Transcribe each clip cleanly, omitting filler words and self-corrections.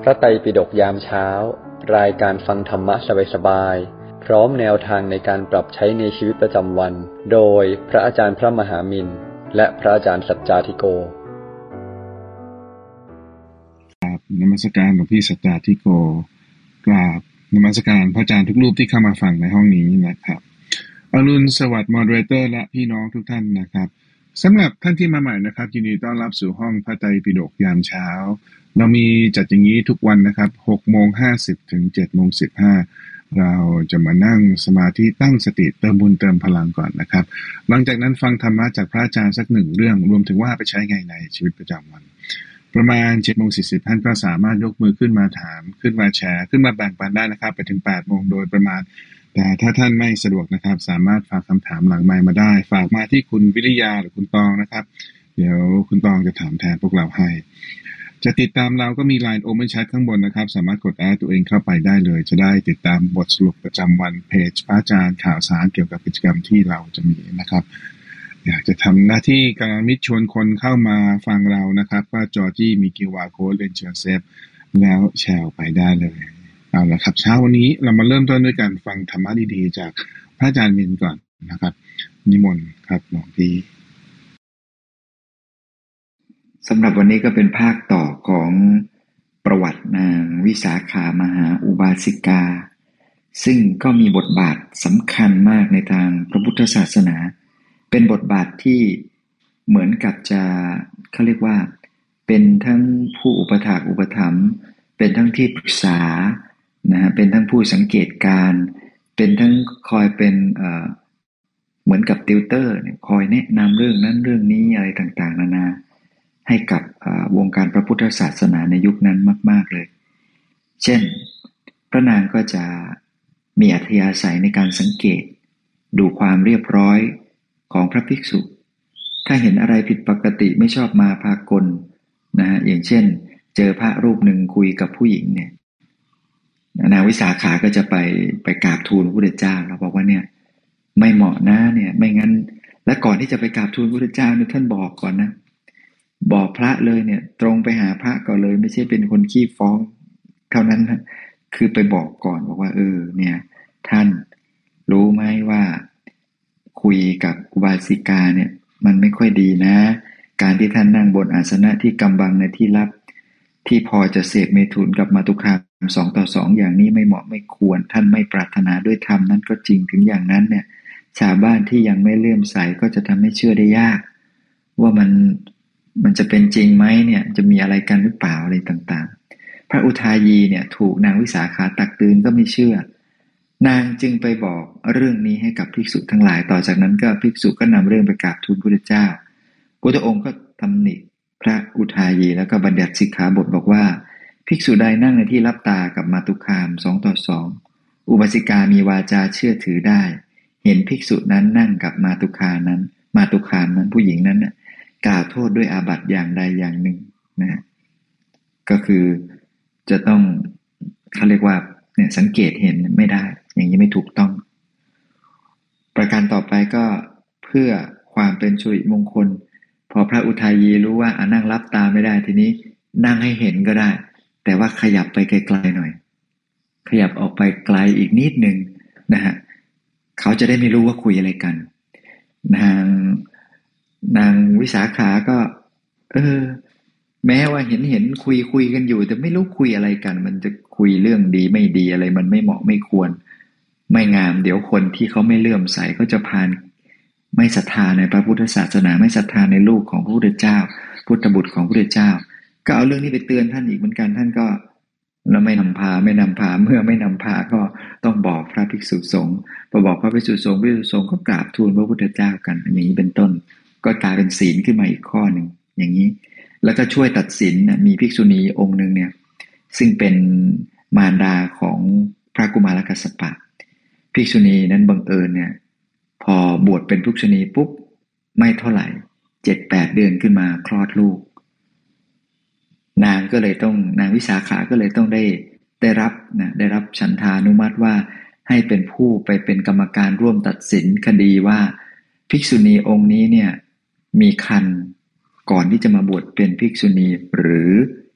พระไตรปิฎกยามเช้ารายการฟังธรรมะสบายๆพร้อมแนวทางในการปรับใช้ในชีวิตประจำวันโดยพระอาจารย์พระมหามินและพระอาจารย์สัจจาธิโกครับนมัสการหลวงพี่สัจจาธิโกกราบนมัสการพระอาจารย์ทุกรูปที่เข้ามาฟังในห้องนี้นะครับอรุณสวัสดิ์มอดเรเตอร์และพี่น้องทุกท่านนะครับสำหรับท่านที่มาใหม่นะครับยินดีต้อนรับสู่ห้องพระไตรปิฎกยามเช้าเรามีจัดอย่างนี้ทุกวันนะครับ 6:50 ถึง 7:15 เราจะมานั่งสมาธิตั้งสติเติมบุญเติมพลังก่อนนะครับหลังจากนั้นฟังธรรมะจากพระอาจารย์สักหนึ่งเรื่องรวมถึงว่าไปใช้ไงในชีวิตประจำวันประมาณ 7:40 ท่านก็สามารถยกมือขึ้นมาถามขึ้นมาแชร์ขึ้นมาแบ่งปันได้นะครับไปถึง 8 โมงโดยประมาณแต่ถ้าท่านไม่สะดวกนะครับสามารถฝากคำถามหลังไมค์มาได้ฝากมาที่คุณวิริยาหรือคุณตองนะครับเดี๋ยวคุณตองจะถามแทนพวกเราให้จะติดตามเราก็มี LINE Open Chat ข้างบนนะครับสามารถกดแอดตัวเองเข้าไปได้เลยจะได้ติดตามบทสรุปประจำวันเพจพระอาจารย์ข่าวสารเกี่ยวกับกิจกรรมที่เราจะมีนะครับอยากจะทำหน้าที่กำลังมิตรชวนคนเข้ามาฟังเรานะครับก็จอร์จี้มี QR Code เรียนเชิญเซฟแล้วแชร์ไปได้เลยเอาละครับเช้าวันนี้เรามาเริ่มต้นด้วยการฟังธรรมะดีๆจากพระอาจารย์มินก่อนนะครับนิมนต์ครับหลวงพี่สำหรับวันนี้ก็เป็นภาคต่อของประวัตินางวิสาขามหาอุบาสิกาซึ่งก็มีบทบาทสำคัญมากในทางพระพุทธศาสนาเป็นบทบาทที่เหมือนกับจะเขาเรียกว่าเป็นทั้งผู้อุปถากอุปถัมภ์เป็นทั้งที่ปรึกษานะฮะเป็นทั้งผู้สังเกตการเป็นทั้งคอยเป็นเหมือนกับติวเตอร์คอยแนะนำเรื่องนั้นเรื่องนี้อะไรต่างๆนานาให้กับวงการพระพุทธศาสนาในยุคนั้นมากๆเลยเช่นพระนางก็จะมีอัธยาศัยในการสังเกตดูความเรียบร้อยของพระภิกษุถ้าเห็นอะไรผิดปกติไม่ชอบมาพากลนะฮะอย่างเช่นเจอพระรูปหนึ่งคุยกับผู้หญิงเนี่ยนางวิสาขาก็จะไปกราบทูลพระพุทธเจ้าแล้วบอกว่าเนี่ยไม่เหมาะนะเนี่ยไม่งั้นและก่อนที่จะไปกราบทูลพระพุทธเจ้าเนี่ยท่านบอกก่อนนะบอกพระเลยเนี่ยตรงไปหาพระก่อนเลยไม่ใช่เป็นคนขี้ฟ้องเท่านั้นนะคือไปบอกก่อนบอกว่าเนี่ยท่านรู้ไหมว่าคุยกับอุบาสิกาเนี่ยมันไม่ค่อยดีนะการที่ท่านนั่งบนอาสนะที่กำบังในที่ลับที่พอจะเสพเมถุนกับมาตุคาม2:2อย่างนี้ไม่เหมาะไม่ควรท่านไม่ปรารถนาด้วยธรรมนั้นก็จริงถึงอย่างนั้นเนี่ยชาวบ้านที่ยังไม่เลื่อมใสก็จะทำให้เชื่อได้ยากว่ามันจะเป็นจริงไหมเนี่ยจะมีอะไรกันหรือเปล่าอะไรต่างๆพระอุทายีเนี่ยถูกนางวิสาขาตักเตือนก็ไม่เชื่อนางจึงไปบอกเรื่องนี้ให้กับภิกษุทั้งหลายต่อจากนั้นก็ภิกษุก็นำเรื่องไปกราบทูลพระพุทธเจ้าพุทธองค์ก็ตำหนิพระอุทายีแล้วก็บัญญัติสิกขาบทบอกว่าภิกษุใดนั่งในที่ลับตากับมาตุคาม2:2อุบาสิกามีวาจาเชื่อถือได้เห็นภิกษุนั้นนั่งกับมาตุคามนั้นผู้หญิงนั้นน่ะกล่าวโทษด้วยอาบัติอย่างใดอย่างหนึ่งนะก็คือจะต้องเขาเรียกว่าเนี่ยสังเกตเห็นไม่ได้อย่างนี้ไม่ถูกต้องประการต่อไปก็เพื่อความเป็นสิริมงคลพอพระอุทายีรู้ว่านั่งรับตาไม่ได้ทีนี้นั่งให้เห็นก็ได้แต่ว่าขยับไปไกลๆหน่อยขยับออกไปไกลอีกนิดนึงนะฮะเขาจะได้ไม่รู้ว่าคุยอะไรกันนางวิสาขาก็แม้ว่าเห็นคุยกันอยู่แต่ไม่รู้คุยอะไรกันมันจะคุยเรื่องดีไม่ดีอะไรมันไม่เหมาะไม่ควรไม่งามเดี๋ยวคนที่เขาไม่เลื่อมใสก็จะพานไม่ศรัทธาในพระพุทธศาสนาไม่ศรัทธาในลูกของพระพุทธเจ้าพุทธบุตรของพระพุทธเจ้าก็เอาเรื่องนี้ไปเตือนท่านอีกเหมือนกันท่านก็แล้วไม่นำพาเมื่อไม่นำพาก็ต้องบอกพระภิกษุสงฆ์พอบอกพระภิกษุสงฆ์ก็กราบทูลพระพุทธเจ้ากันอย่างนี้เป็นต้นก็กลายเป็นศีลขึ้นมาอีกข้อหนึ่งอย่างนี้แล้วก็ช่วยตัดสินมีภิกษุณีองค์หนึ่งเนี่ยซึ่งเป็นมารดาของพระกุมารกัสสปะภิกษุณีนั้นบังเอิญเนี่ยพอบวชเป็นภิกษุณีปุ๊บไม่เท่าไหร่ 7-8 เดือนขึ้นมาคลอดลูกนางวิสาขาก็เลยต้องได้รับฉันทานุมัติว่าให้เป็นผู้ไปเป็นกรรมการร่วมตัดสินคดีว่าภิกษุณีองค์นี้เนี่ยมีครรภ์ก่อนที่จะมาบวชเป็นภิกษุณีหรือ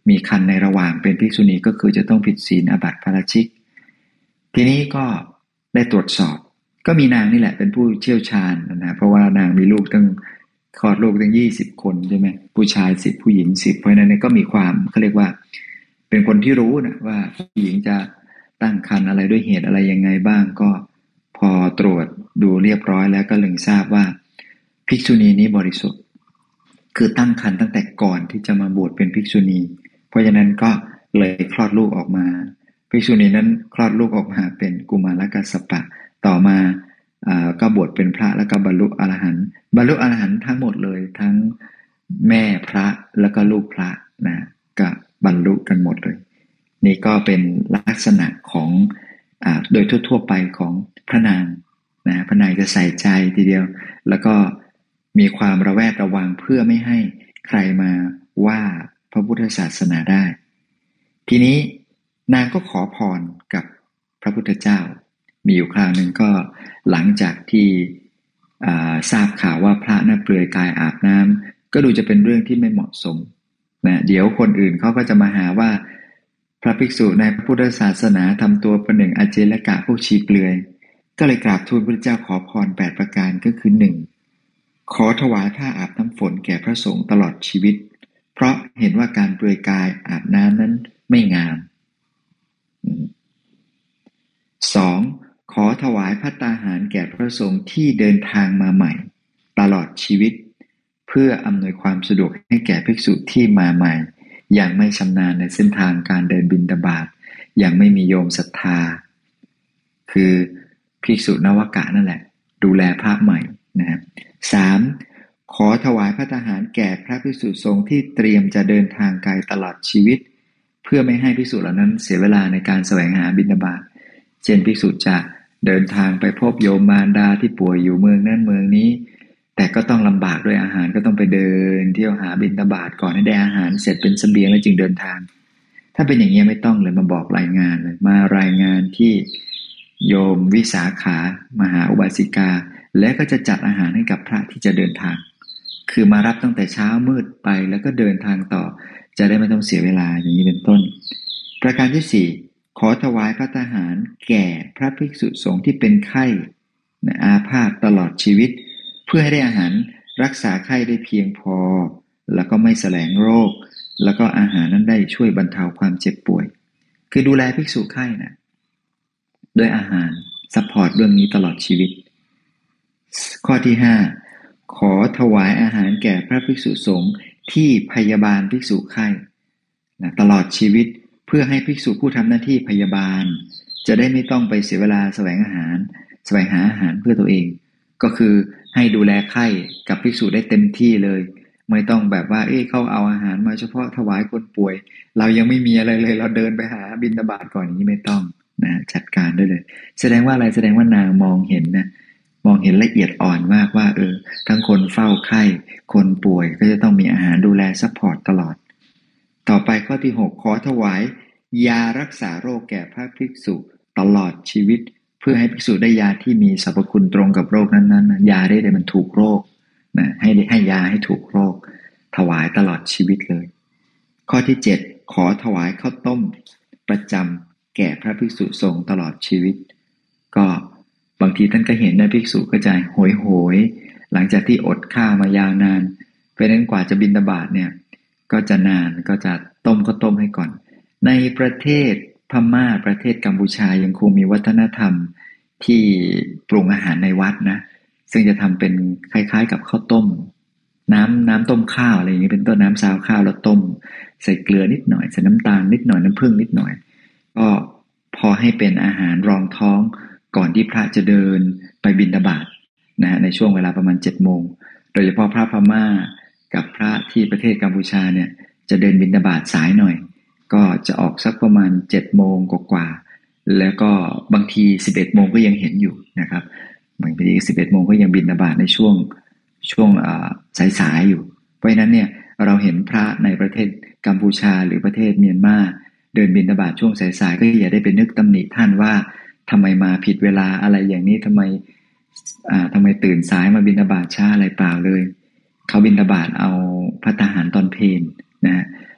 มีคันในระหว่างเป็นภิกษุณีก็คือจะต้องผิดศีลอาบัติปาราชิกทีนี้ก็ได้ตรวจสอบก็มีนางนี่แหละเป็นผู้เชี่ยวชาญนะเพราะว่านางมีลูกตั้งคลอดลูกตั้ง20 คนใช่ไหมผู้ชาย10ผู้หญิง10เพราะฉะนั้นก็มีความเขาเรียกว่าเป็นคนที่รู้นะว่าผู้หญิงจะตั้งครรภ์อะไรด้วยเหตุอะไรยังไงบ้างก็พอตรวจดูเรียบร้อยแล้วก็เลยทราบว่าภิกษุณีนี้บริสุทธิ์คือตั้งครรภ์ตั้งแต่ก่อนที่จะมาบวชเป็นภิกษุณีเพราะฉะนั้นก็เลยคลอดลูกออกมาภิกษุณีนั้นคลอดลูกออกมาเป็นกุมารกัสสปะต่อมาก็บวชเป็นพระแล้วก็บรรลุอรหันต์ทั้งหมดเลยทั้งแม่พระแล้วก็ลูกพระนะก็บรรลุกันหมดเลยนี่ก็เป็นลักษณะของโดยทั่วๆไปของพระนางนะพระนางจะใส่ใจทีเดียวแล้วก็มีความระแวดระวังเพื่อไม่ให้ใครมาว่าพระพุทธศาสนาได้ทีนี้นางก็ขอพรกับพระพุทธเจ้ามีอยู่คราวหนึ่งก็หลังจากที่ทราบข่าวว่าพระน่ะเปลือยกายอาบน้ำก็ดูจะเป็นเรื่องที่ไม่เหมาะสมนะเดี๋ยวคนอื่นเขาก็จะมาหาว่าพระภิกษุในพระพุทธศาสนาทำตัวประหนึ่งอาเจลกะพวกชีเปลือยก็เลยกราบทูลพระพุทธเจ้าขอพร8ประการก็คือ 1. ขอถวายผ้าอาบน้ำฝนแก่พระสงฆ์ตลอดชีวิตเพราะเห็นว่าการเปลือยกายอาบน้ำนั้นไม่งาม 2. ขอถวายภัตตาหารแก่พระสงฆ์ที่เดินทางมาใหม่ตลอดชีวิตเพื่ออำนวยความสะดวกให้แก่ภิกษุที่มาใหม่อย่างไม่ชำนาญในเส้นทางการเดินบิณฑบาตอย่างไม่มีโยมศรัทธาคือภิกษุนวกะนั่นแหละดูแลพระใหม่นะครับ 3. ขอถวายภัตตาหารแก่พระภิกษุสงฆ์ที่เตรียมจะเดินทางไกลตลอดชีวิตเพื่อไม่ให้ภิกษุเหล่านั้นเสียเวลาในการแสวงหาบิณฑบาตเช่นภิกษุจะเดินทางไปพบโยมมารดาที่ป่วยอยู่เมืองนั้นเมืองนี้แต่ก็ต้องลำบากด้วยอาหารก็ต้องไปเดินเที่ยวหาบิณฑบาตก่อนให้ได้อาหารเสร็จเป็นเสบียงแล้วจึงเดินทางถ้าเป็นอย่างนี้ไม่ต้องเลยมาบอกรายงานเลยมารายงานที่โยมวิสาขามหาอุบาสิกาและก็จะจัดอาหารให้กับพระที่จะเดินทางคือมารับตั้งแต่เช้ามืดไปแล้วก็เดินทางต่อจะได้ไม่ต้องเสียเวลาอย่างนี้เป็นต้นประการที่ 4ขอถวายภัตตาหารแก่พระภิกษุสงฆ์ที่เป็นไข้อาพาธตลอดชีวิตเพื่อให้ได้อาหารรักษาไข้ได้เพียงพอแล้วก็ไม่แสลงโรคแล้วก็อาหารนั้นได้ช่วยบรรเทาความเจ็บป่วยคือดูแลภิกษุไข้นะด้วยอาหารซัพพอร์ตเรื่องนี้ตลอดชีวิตข้อที่ 5ขอถวายอาหารแก่พระภิกษุสงฆ์ที่พยาบาลภิกษุไข้ตลอดชีวิตเพื่อให้ภิกษุผู้ทำหน้าที่พยาบาลจะได้ไม่ต้องไปเสียเวลาแสวงหาอาหารเพื่อตัวเองก็คือให้ดูแลไข้กับภิกษุได้เต็มที่เลยไม่ต้องแบบว่าเขาเอาอาหารมาเฉพาะถวายคนป่วยเรายังไม่มีอะไรเลยเราเดินไปหาบิณฑบาตก่อนอย่างนี้ไม่ต้องนะจัดการได้เลยแสดงว่าอะไรแสดงว่านางมองเห็นละเอียดอ่อนมากว่าทั้งคนเฝ้าไข้คนป่วยก็จะต้องมีอาหารดูแลซัพพอร์ตตลอดต่อไปข้อที่ 6ขอถวายยารักษาโรคแก่พระภิกษุตลอดชีวิตเพื่อให้ภิกษุได้ยาที่มีสรรพคุณตรงกับโรคนั้นๆยาได้มันถูกโรคนะให้ยาให้ถูกโรคถวายตลอดชีวิตเลยข้อที่ 7ขอถวายข้าวต้มประจำแก่พระภิกษุสงฆ์ตลอดชีวิตก็บางทีท่านก็เห็นนะภิกษุก็จะโหยหลังจากที่อดข้าวมายาวนานเพราะนั้นกว่าจะบิณฑบาตเนี่ยก็จะนานก็จะต้มให้ก่อนในประเทศพม่าประเทศกัมพูชายังคงมีวัฒนธรรมที่ปรุงอาหารในวัดนะซึ่งจะทำเป็นคล้ายๆกับข้าวต้มน้ำต้มข้าวอะไรอย่างนี้เป็นต้นน้ำซาวข้าวแล้วต้มใส่เกลือนิดหน่อยใส่น้ำตาลนิดหน่อยน้ำผึ้งนิดหน่อยก็พอให้เป็นอาหารรองท้องก่อนที่พระจะเดินไปบิณฑบาตนะในช่วงเวลาประมาณ 7 โมงโดยเฉพาะพระพม่ากับพระที่ประเทศกัมพูชาเนี่ยจะเดินบิณฑบาตสายหน่อยก็จะออกสักประมาณ 7 โมงกว่าแล้วก็บางที11 โมงก็ยังเห็นอยู่นะครับบางที11 โมงก็ยังบิณฑบาตในช่วงสายอยู่เพราะฉะนั้นเนี่ยเราเห็นพระในประเทศกัมพูชาหรือประเทศเมียนมาเดินบิณฑบาตช่วงสายๆก็อย่าได้ไปนึกตำหนิท่านว่าทำไมมาผิดเวลาอะไรอย่างนี้ทำไมตื่นสายมาบิณฑบาตช้าอะไรเปล่าเลยเขาบิณฑบาตเอาภัตตาหารตอนเพลนะ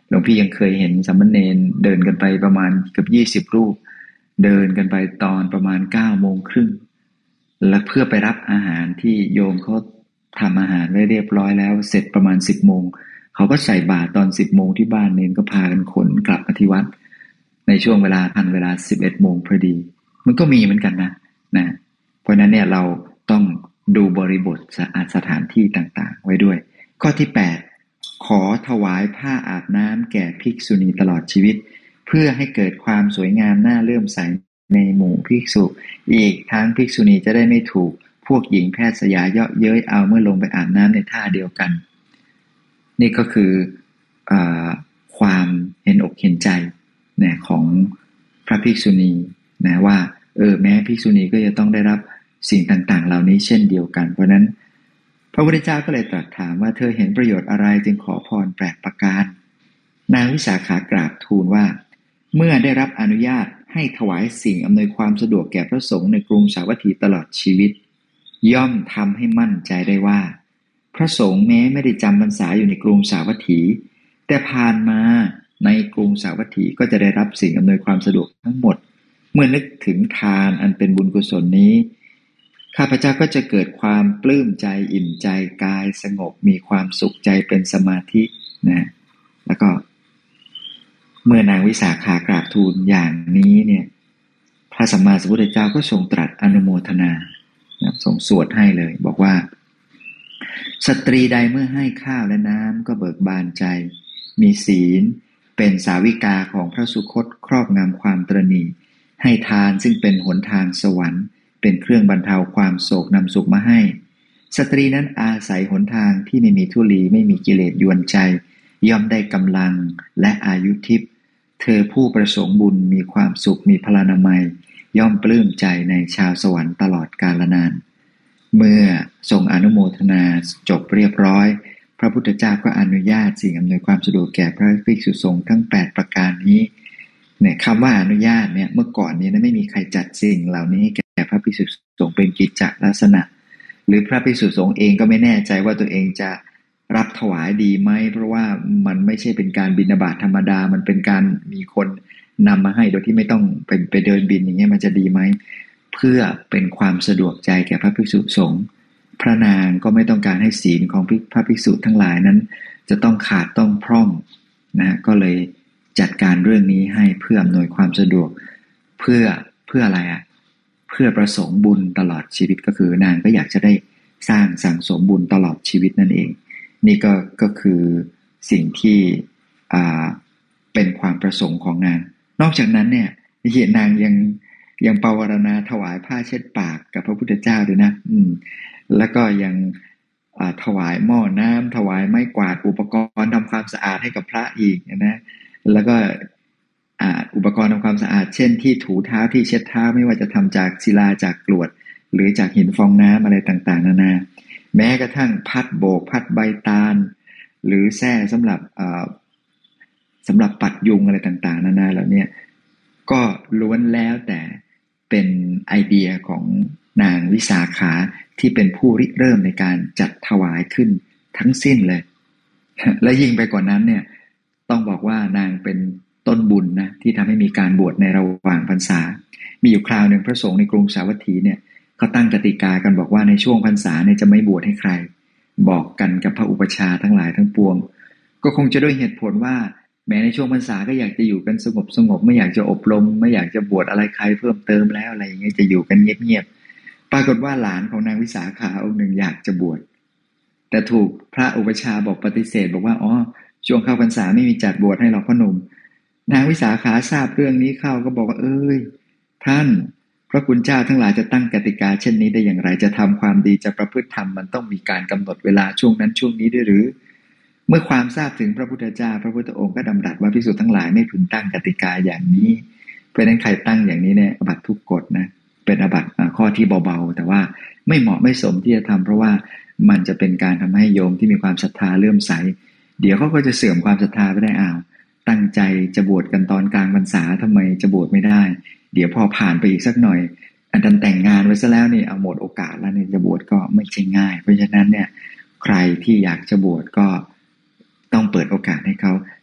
หลวงพี่ยังเคยเห็นสามเณรเดินกันไปประมาณเกือบ20 รูปเดินกันไปตอนประมาณ9:30แล้วเพื่อไปรับอาหารที่โยมเขาทำอาหารไว้เรียบร้อยแล้วเสร็จประมาณ10 โมงเขาก็ใส่บาตรตอน10 โมงที่บ้านเนรก็พากันขนกลับมาที่วัดในช่วงเวลาทันเวลา11 โมงพอดีมันก็มีเหมือนกันนะเพราะนั้นเนี่ยเราต้องดูบริบทสถานที่ต่างๆไว้ด้วยข้อที่8ขอถวายผ้าอาบน้ำแก่ภิกษุณีตลอดชีวิตเพื่อให้เกิดความสวยงามน่าเลื่อมใสในหมู่ภิกษุอีกทั้งภิกษุณีจะได้ไม่ถูกพวกหญิงแพทย์สยาเยาะเย้ยเอาเมื่อลงไปอาบน้ำในท่าเดียวกันนี่ก็คือความเห็นอกเห็นใจนะของพระภิกษุณีนะว่าแม้ภิกษุณีก็จะต้องได้รับสิ่งต่างๆเหล่านี้เช่นเดียวกันเพราะนั้นพระพุทธเจ้าก็เลยตรัสถามว่าเธอเห็นประโยชน์อะไรจึงขอพร8 ประการนางวิสาขากราบทูลว่าเมื่อได้รับอนุญาตให้ถวายสิ่งอำนวยความสะดวกแก่พระสงฆ์ในกรุงสาวัตถีตลอดชีวิตย่อมทำให้มั่นใจได้ว่าพระสงฆ์แม้ไม่ได้จำพรรษาอยู่ในกรุงสาวัตถีแต่ผ่านมาในกรุงสาวัตถีก็จะได้รับสิ่งอำนวยความสะดวกทั้งหมดเมื่อนึกถึงทานอันเป็นบุญกุศลนี้ข้าพเจ้าก็จะเกิดความปลื้มใจอิ่มใจกายสงบมีความสุขใจเป็นสมาธินะแล้วก็เมื่อนางวิสาขากราบทูลอย่างนี้เนี่ยพระสัมมาสัมพุทธเจ้าก็ทรงตรัสอนุโมทนาทรงสวดให้เลยบอกว่าสตรีใดเมื่อให้ข้าวและน้ำก็เบิกบานใจมีศีลเป็นสาวิกาของพระสุคตครอบงำความตระหนี่ให้ทานซึ่งเป็นหนทางสวรรค์เป็นเครื่องบรรเทาความโศกนำสุขมาให้สตรีนั้นอาศัยหนทางที่ไม่มีทุลีไม่มีกิเลสยวนใจย่อมได้กำลังและอายุทิพย์เธอผู้ประสงค์บุญมีความสุขมีพลานามัยย่อมปลื้มใจในชาวสวรรค์ตลอดกาลนานเมื่อทรงอนุโมทนาจบเรียบร้อยพระพุทธเจ้าก็อนุญาตสิ่งอำนวยความสะดวกแก่พระภิกษุสงฆ์ทั้ง8 ประการนี้เนี่ยคำว่าอนุญาตเนี่ยเมื่อก่อนนี้ไม่มีใครจัดสิ่งเหล่านี้แก่พระภิกษุสงฆ์เป็นกิจจลักษณะหรือพระภิกษุสงฆ์เองก็ไม่แน่ใจว่าตัวเองจะรับถวายดีไหมเพราะว่ามันไม่ใช่เป็นการบิณฑบาตธรรมดามันเป็นการมีคนนำมาให้โดยที่ไม่ต้องไปเดินบิณฑอย่างเงี้ยมันจะดีไหมเพื่อเป็นความสะดวกใจแก่พระภิกษุสงฆ์พระนางก็ไม่ต้องการให้ศีลของพระภิกษุทั้งหลายนั้นจะต้องขาดต้องพร่องนะก็เลยจัดการเรื่องนี้ให้เพื่ออำนวยความสะดวกเพื่ออะไรเพื่อประสงค์บุญตลอดชีวิตก็คือนางก็อยากจะได้สร้างสั่งสมบุญตลอดชีวิตนั่นเองนี่ก็คือสิ่งที่เป็นความประสงค์ของนางนอกจากนั้นเนี่ยนางยังปวารณาถวายผ้าเช็ดปากกับพระพุทธเจ้าด้วยนะแล้วก็ยังถวายหม้อน้ำถวายไม้กวาดอุปกรณ์ทำความสะอาดให้กับพระอีกนะแล้วก็อุปกรณ์ทำความสะอาดเช่นที่ถูเท้าที่เช็ดเท้าไม่ว่าจะทำจากศิลาจากกรวดหรือจากหินฟองน้ำอะไรต่างๆนานาแม้กระทั่งพัดโบกพัดใบตาลหรือแส้สำหรับปัดยุงอะไรต่างๆนานาเหล่านี้ก็ล้วนแล้วแต่เป็นไอเดียของนางวิสาขาที่เป็นผู้ริเริ่มในการจัดถวายขึ้นทั้งสิ้นเลย และยิ่งไปกว่านั้นเนี่ยต้องบอกว่านางเป็นต้นบุญนะที่ทำให้มีการบวชในระหว่างพรรษามีอยู่คราวหนึ่งพระสงฆ์ในกรุงสาวัตถีเนี่ยเขาตั้งกติกากันบอกว่าในช่วงพรรษาเนี่ยจะไม่บวชให้ใครบอกกันกับพระอุปัชฌาย์ทั้งหลายทั้งปวงก็คงจะด้วยเหตุผลว่าแม้ในช่วงพรรษาก็อยากจะอยู่กันสงบไม่อยากจะอบรมไม่อยากจะบวชอะไรใครเพิ่มเติมแล้วอะไรอย่างเงี้ยจะอยู่กันเงียบๆปรากฏว่าหลานของนางวิสาขาองค์หนึ่งอยากจะบวชแต่ถูกพระอุปัชฌาย์บอกปฏิเสธบอกว่าช่วงเข้าพรรษาไม่มีจัดบวชให้หรอกพ่อหนุ่มนางวิสาขาทราบเรื่องนี้เข้าก็บอกว่าท่านพระคุณเจ้าทั้งหลายจะตั้งกติกาเช่นนี้ได้อย่างไรจะทำความดีจะประพฤติธรรมมันต้องมีการกำหนดเวลาช่วงนั้นช่วงนี้ด้วยหรือเมื่อความทราบถึงพระพุทธเจ้าพระพุทธองค์ก็ดำรัสว่าภิกษุทั้งหลายไม่พึงตั้งกติกาอย่างนี้เพราะฉะนั้นใครตั้งอย่างนี้เนี่ยอาบัติทุกกฎนะเป็นอาบัติข้อที่เบาๆแต่ว่าไม่เหมาะไม่สมที่จะทำเพราะว่ามันจะเป็นการทำให้โยมที่มีความศรัทธาเลื่อมใสเดี๋ยวเขาก็จะเสื่อมความศรัทธาไปได้ตั้งใจจะบวชกันตอนกลางพรรษาทำไมจะบวชไม่ได้เดี๋ยวพอผ่านไปอีกสักหน่อยอันดันแต่งงานไว้ซะแล้วนี่เอาหมดโอกาสแล้วเนี่ยจะบวชก็ไม่ใช่ง่ายเพราะฉะนั้นเนี่ยใครที่อยากจะบวชก็ต้องเปิดโอกาสให้เขา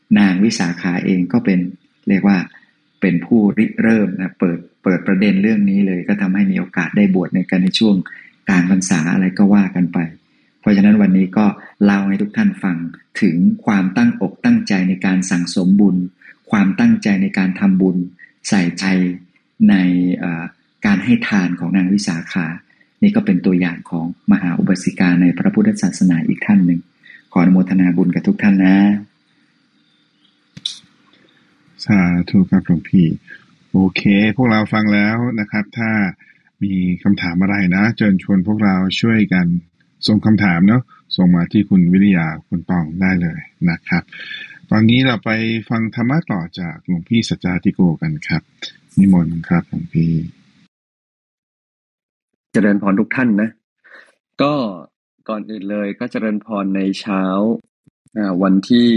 นางวิสาขาเองก็เป็นเรียกว่าเป็นผู้ริเริ่มนะเปิดประเด็นเรื่องนี้เลยก็ทำให้มีโอกาสได้บวชในการในช่วงกลางพรรษาอะไรก็ว่ากันไปเพราะฉะนั้นวันนี้ก็เล่าให้ทุกท่านฟังถึงความตั้งอกตั้งใจในการสั่งสมบุญความตั้งใจในการทำบุญใส่ใจในการให้ทานของนางวิสาขานี่ก็เป็นตัวอย่างของมหาอุบาสิกาในพระพุทธศาสนาอีกท่านหนึ่งขออนุโมทนาบุญกับทุกท่านนะสาธุครับหลวงพี่โอเคพวกเราฟังแล้วนะครับถ้ามีคำถามอะไรนะเชิญชวนพวกเราช่วยกันส่งคำถามเนาะส่งมาที่คุณวิริยาคุณปองได้เลยนะครับตอนนี้เราไปฟังธรรมะต่อจากหลวงพี่สัจจาธิโกกันครับนิมนต์ครับหลวงพี่เจริญพรทุกท่านนะก็ก่อนอื่นเลยก็เจริญพรในเช้าวันที่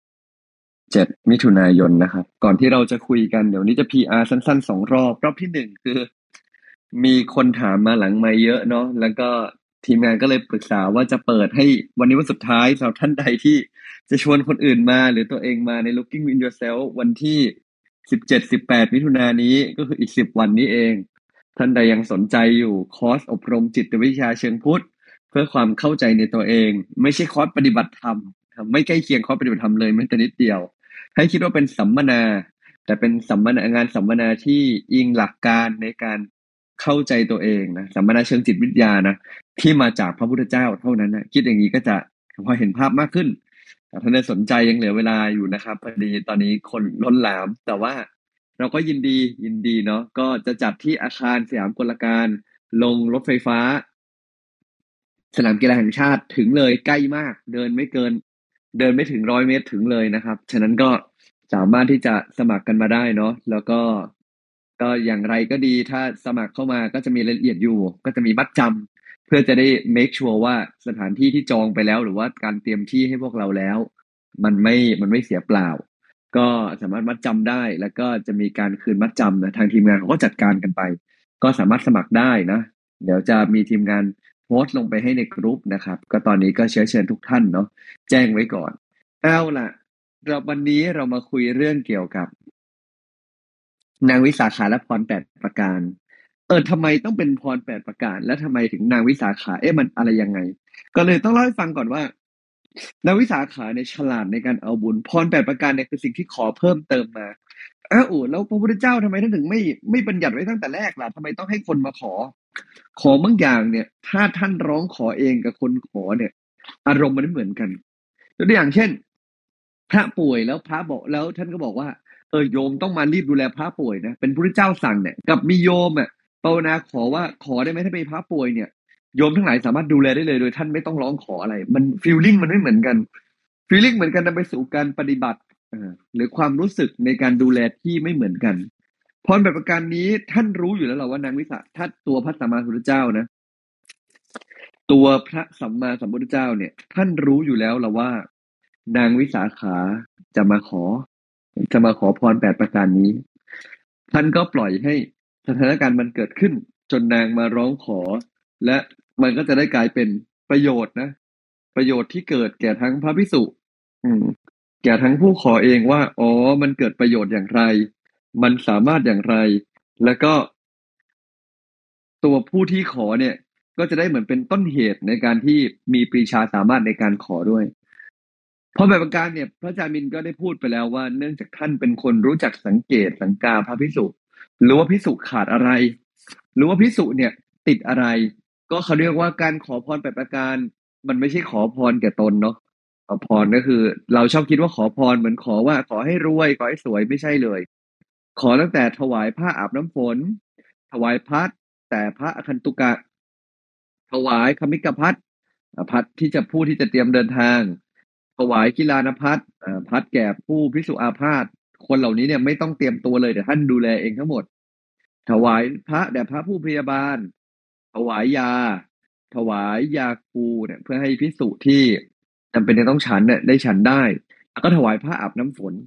7มิถุนายนนะครับก่อนที่เราจะคุยกันเดี๋ยวนี้จะ PR สั้นๆ2รอบที่1คือมีคนถามมาหลังไมค์เยอะเนาะแล้วก็ทีมงานก็เลยปรึกษาว่าจะเปิดให้วันนี้วันสุดท้ายสำหรับท่านใดที่จะชวนคนอื่นมาหรือตัวเองมาใน Looking Within Yourself วันที่17-18มิถุนายนนี้ก็คืออีก10วันนี้เองท่านใดยังสนใจอยู่คอร์สอบรมจิตวิทยาเชิงพุทธเพื่อความเข้าใจในตัวเองไม่ใช่คอร์สปฏิบัติธรรมไม่ใกล้เคียงคอร์สปฏิบัติธรรมเลยแม้แต่นิดเดียวให้คิดว่าเป็นสัมมนาแต่เป็นงานสัมมนาที่อิงหลักการในการเข้าใจตัวเองนะสัมมนาเชิงจิตวิทยานะที่มาจากพระพุทธเจ้าเท่านั้นนะคิดอย่างนี้ก็จะพอเห็นภาพมากขึ้นแต่ถ้าได้สนใจยังเหลือเวลาอยู่นะครับพอดีตอนนี้คนล้นหลามแต่ว่าเราก็ยินดีเนาะก็จะจัดที่อาคารสยามกลการลงรถไฟฟ้าสนามกีฬาแห่งชาติถึงเลยใกล้มากเดินไม่ถึง100 เมตรถึงเลยนะครับฉะนั้นก็สามารถที่จะสมัครกันมาได้เนาะแล้วก็อย่างไรก็ดีถ้าสมัครเข้ามาก็จะมีรายละเอียดอยู่ก็จะมีมัดจำเพื่อจะได้ make sure ว่าสถานที่ที่จองไปแล้วหรือว่าการเตรียมที่ให้พวกเราแล้วมันไม่เสียเปล่าก็สามารถมัดจำได้แล้วก็จะมีการคืนมัดจำนะทางทีมงานเขาก็จัดการกันไปก็สามารถสมัครได้นะเดี๋ยวจะมีทีมงานโพสต์ลงไปให้ในกรุ๊ปนะครับก็ตอนนี้ก็เชิญทุกท่านเนาะแจ้งไว้ก่อนเอาล่ะวันนี้เรามาคุยเรื่องเกี่ยวกับนางวิสาขาและพร8ประการทำไมต้องเป็นพร8ประการและทำไมถึงนางวิสาขามันอะไรยังไงก็เลยต้องเล่าให้ฟังก่อนว่านางวิสาขาเนี่ยฉลาดในการเอาบุญพร8ประการเนี่ยคือสิ่งที่ขอเพิ่มเติมมาแล้วพระพุทธเจ้าทำไมท่านถึงไม่บัญญัติไว้ตั้งแต่แรกล่ะทำไมต้องให้คนมาขอบางอย่างเนี่ยถ้าท่านร้องขอเองกับคนขอเนี่ยอารมณ์มันไม่เหมือนกันตัวอย่างเช่นพระป่วยแล้วพระบอกแล้วท่านก็บอกว่าโยมต้องมารีบดูแลพระป่วยนะเป็นพระพุทธเจ้าสั่งเนี่ยกับมีโยมภาวนาขอว่าขอได้ไหมถ้าเป็นพระป่วยเนี่ยโยมทั้งหลายสามารถดูแลได้เลยโดยท่านไม่ต้องร้องขออะไรมันฟีลลิ่งมันไม่เหมือนกันฟีลลิ่งเหมือนกันนำไปสู่การปฏิบัติหรือความรู้สึกในการดูแลที่ไม่เหมือนกันพรแบบประการนี้ท่านรู้อยู่แล้วหรอว่านางวิสาถ้าตัวพระสัมมาสัมพุทธเจ้านะตัวพระสัมมาสัมพุทธเจ้าเนี่ยท่านรู้อยู่แล้วหรอว่านางวิสาขาจะมาขอพร8ประการนี้ท่านก็ปล่อยให้สถานการณ์มันเกิดขึ้นจนนางมาร้องขอและมันก็จะได้กลายเป็นประโยชน์นะประโยชน์ที่เกิดแก่ทั้งพระภิกษุแก่ทั้งผู้ขอเองว่ามันเกิดประโยชน์อย่างไรมันสามารถอย่างไรแล้วก็ตัวผู้ที่ขอเนี่ยก็จะได้เหมือนเป็นต้นเหตุในการที่มีปรีชาสามารถในการขอด้วยเพราะแบบประการเนี่ยพระอาจารย์มินก็ได้พูดไปแล้วว่าเนื่องจากท่านเป็นคนรู้จักสังเกตสังกาพระภิกษุหรือว่าภิกษุขาดอะไรหรือว่าภิกษุเนี่ยติดอะไรก็เขาเรียกว่าการขอพร8ประการมันไม่ใช่ขอพรแก่ตนเนาะขอพรก็คือเราชอบคิดว่าขอพรเหมือนขอว่าขอให้รวยขอให้สวยไม่ใช่เลยขอตั้งแต่ถวายผ้าอาบน้ำฝนถวายพัดแต่พระอคันตุกะถวายคมิกพัดพัดที่จะผู้ที่จะเตรียมเดินทางถวายกีฬานพัดพัดแก่ผู้ภิกษุอาพาธคนเหล่านี้เนี่ยไม่ต้องเตรียมตัวเลยแต่ท่านดูแลเองทั้งหมดถวายพระแด่พระผู้พยาบาลถวายยาถวายยาคูเนี่ยเพื่อให้ภิกษุที่จำเป็นจะต้องฉันเนี่ยได้ฉันได้แล้วก็ถวายผ้าอาบน้ำฝน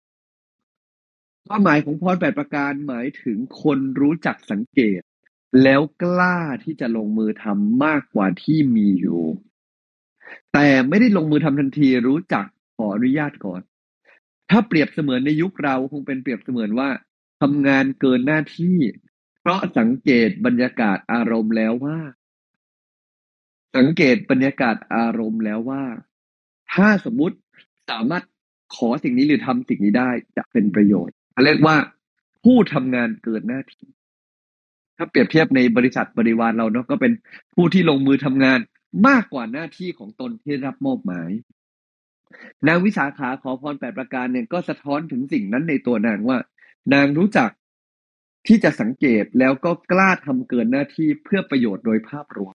ความหมายของพร8ประการหมายถึงคนรู้จักสังเกตแล้วกล้าที่จะลงมือทำมากกว่าที่มีอยู่แต่ไม่ได้ลงมือทำทันทีรู้จักขออนุญาตก่อนถ้าเปรียบเสมือนในยุคเราคงเป็นเปรียบเสมือนว่าทำงานเกินหน้าที่เพราะสังเกตบรรยากาศอารมณ์แล้วว่าสังเกตบรรยากาศอารมณ์แล้วว่าถ้าสมมุติสามารถขอสิ่งนี้หรือทำสิ่งนี้ได้จะเป็นประโยชน์เรียกว่าผู้ทำงานเกินหน้าที่ถ้าเปรียบเทียบในบริษัทบริวารเราเนาะก็เป็นผู้ที่ลงมือทำงานมากกว่าหน้าที่ของตนที่รับมอบหมายนางวิสาขาขอพร8ประการเนี่ยก็สะท้อนถึงสิ่งนั้นในตัวนางว่านางรู้จักที่จะสังเกตแล้วก็กล้าทำเกินหน้าที่เพื่อประโยชน์โดยภาพรวม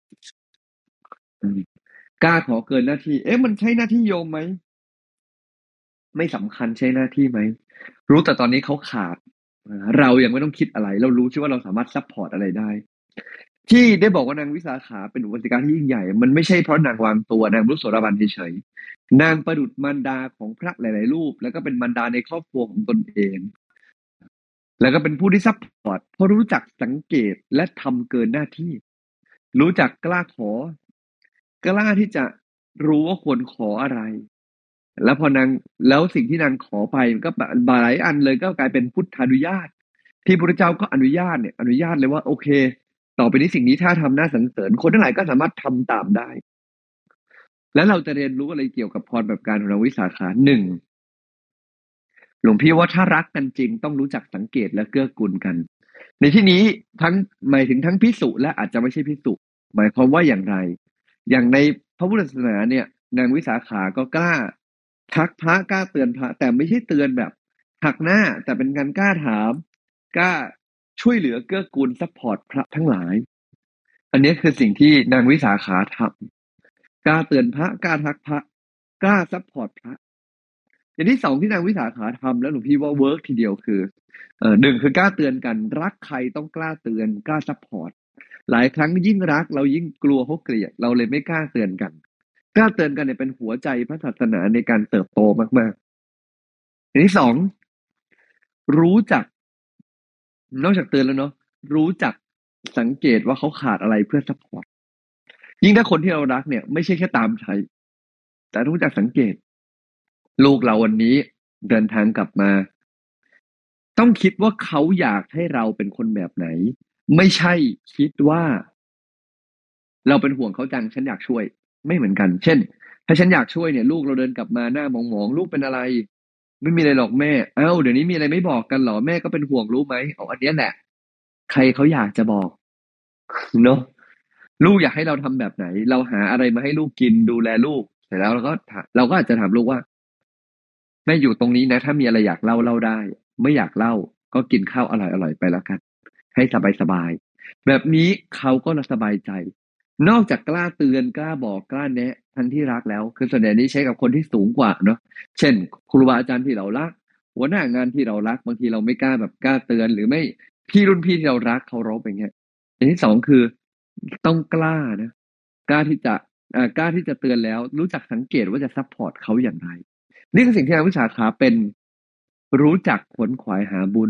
กล้าขอเกินหน้าที่มันใช่หน้าที่โยมไหมไม่สำคัญใช่หน้าที่ไหมรู้แต่ตอนนี้เขาขาดเรายังไม่ต้องคิดอะไรเรารู้ใช่ว่าเราสามารถซัพพอร์ตอะไรได้ที่ได้บอกว่านางวิสาขาเป็นอุบาสิกาที่ยิ่งใหญ่มันไม่ใช่เพราะนางวางตัวนางรู้โสดาบันเฉยๆนางประดุจมารดาของพระหลายๆรูปแล้วก็เป็นมารดาในครอบครัวของตนเองแล้วก็เป็นผู้ที่ซัพพอร์ตเพราะรู้จักสังเกตและทำเกินหน้าที่รู้จักกล้าขอกล้าที่จะรู้ว่าควรขออะไรแล้วพอนางแล้วสิ่งที่นางขอไปมันก็หลายอันเลยก็กลายเป็นพุทธานุญาตที่พระพุทธเจ้าก็อนุญาตเนี่ยอนุญาตเลยว่าโอเคต่อไปนี้สิ่งนี้ถ้าทำน่าสรรเสริญคนทั้งหลายก็สามารถทำตามได้แล้วเราจะเรียนรู้อะไรเกี่ยวกับพรแบบการของนางวิสาขาหนึ่งหลวงพี่ว่าถ้ารักกันจริงต้องรู้จักสังเกตและเกื้อกูลกันในที่นี้ทั้งหมายถึงทั้งภิกษุและอาจจะไม่ใช่ภิกษุหมายความว่าอย่างไรอย่างในพระพุทธศาสนาเนี่ยนางวิสาขาก็กล้าทักพระกล้าเตือนพระแต่ไม่ใช่เตือนแบบหักหน้าแต่เป็นการกล้าถามกล้าช่วยเหลือเกื้อกูลซัพพอร์ตพระทั้งหลายอันนี้คือสิ่งที่นางวิสาขาทำกล้าเตือนพระกล้าทักพระกล้าซัพพอร์ตพระอย่างที่สองที่นางวิสาขาทำแล้วหลวงพี่ว่าเวิร์กทีเดียวคือหนึ่งคือกล้าเตือนกันรักใครต้องกล้าเตือนกล้าซัพพอร์ตหลายครั้งยิ่งรักเรายิ่งกลัวเขาเกลียดเราเลยไม่กล้าเตือนกันกล้าเตือนกันเนี่ยเป็นหัวใจพระศาสนาในการเติบโตมากๆอย่างที่สองรู้จักนอกจากเตือนแล้วเนาะรู้จักสังเกตว่าเขาขาดอะไรเพื่อซัพพอร์ตยิ่งถ้าคนที่เรารักเนี่ยไม่ใช่แค่ตามใช้แต่รู้จักสังเกตลูกเราวันนี้เดินทางกลับมาต้องคิดว่าเขาอยากให้เราเป็นคนแบบไหนไม่ใช่คิดว่าเราเป็นห่วงเขาจังฉันอยากช่วยไม่เหมือนกันเช่นถ้าฉันอยากช่วยเนี่ยลูกเราเดินกลับมาหน้าหมองๆลูกเป็นอะไรไม่มีอะไรหรอกแม่เดี๋ยวนี้มีอะไรไม่บอกกันเหรอแม่ก็เป็นห่วงรู้ไหมอันนี้แหละใครเขาอยากจะบอกเนาะลูกอยากให้เราทำแบบไหนเราหาอะไรมาให้ลูกกินดูแลลูกเสร็จแล้วเราก็อาจจะถามลูกว่าแม่อยู่ตรงนี้นะถ้ามีอะไรอยากเล่าได้ไม่อยากเล่าก็กินข้าวอร่อยๆไปแล้วกันให้สบายๆแบบนี้เขาก็สบายใจนอกจากกล้าเตือนกล้าบอกกล้าแนะทั้งที่รักแล้วคือส่วนใหญ่นี้ใช้กับคนที่สูงกว่าเนาะเช่นครูบาอาจารย์ที่เรารักหัวหน้างานที่เรารักบางทีเราไม่กล้าแบบกล้าเตือนหรือไม่พี่รุ่นพี่ที่เรารักเคารพอย่างเงี้ยอย่างที่สองคือต้องกล้านะกล้าที่จะกล้าที่จะเตือนแล้วรู้จักสังเกตว่าจะซัพพอร์ตเขาอย่างไรนี่คือสิ่งที่นางวิสาขาเป็นรู้จักขวนขวายหาบุญ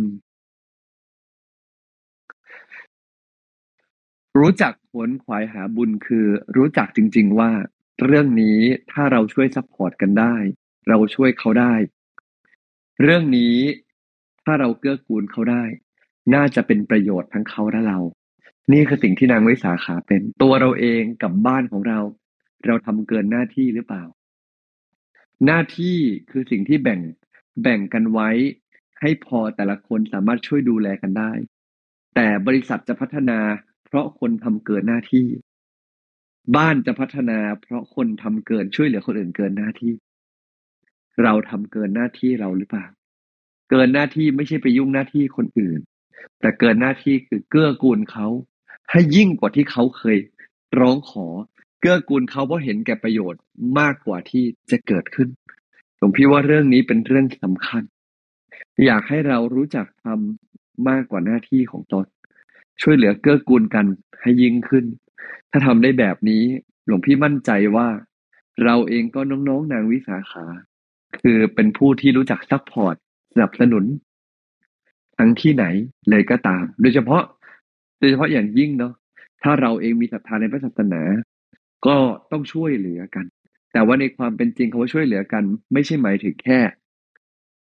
รู้จักขวนขวายหาบุญคือรู้จักจริงๆว่าเรื่องนี้ถ้าเราช่วยซัพพอร์ตกันได้เราช่วยเขาได้เรื่องนี้ถ้าเราเกื้อกูลเขาได้น่าจะเป็นประโยชน์ทั้งเขาและเรานี่คือสิ่งที่นางวิสาขาเป็นตัวเราเองกับบ้านของเราเราทำเกินหน้าที่หรือเปล่าหน้าที่คือสิ่งที่แบ่งกันไว้ให้พอแต่ละคนสามารถช่วยดูแลกันได้แต่บริษัทจะพัฒนาเพราะคนทำเกินหน้าที่บ้านจะพัฒนาเพราะคนทำเกินช่วยเหลือคนอื่นเกินหน้าที่เราทำเกินหน้าที่เราหรือเปล่าเกินหน้าที่ไม่ใช่ไปยุ่งหน้าที่คนอื่นแต่เกินหน้าที่คือเกื้อกูลเขาให้ยิ่งกว่าที่เขาเคยร้องขอเกื้อกูลเขาเพราะเห็นแก่ประโยชน์มากกว่าที่จะเกิดขึ้นผมพี่ว่าเรื่องนี้เป็นเรื่องสำคัญอยากให้เรารู้จักทำมากกว่าหน้าที่ของตนช่วยเหลือเกื้อกูลกันให้ยิ่งขึ้นถ้าทำได้แบบนี้หลวงพี่มั่นใจว่าเราเองก็น้องๆนางวิสาขาคือเป็นผู้ที่รู้จักซัพพอร์ตสนับสนุนทั้งที่ไหนเลยก็ตามโดยเฉพาะอย่างยิ่งเนาะถ้าเราเองมีศรัทธาในพระศาสนาก็ต้องช่วยเหลือกันแต่ว่าในความเป็นจริงคำว่าช่วยเหลือกันไม่ใช่หมายถึงแค่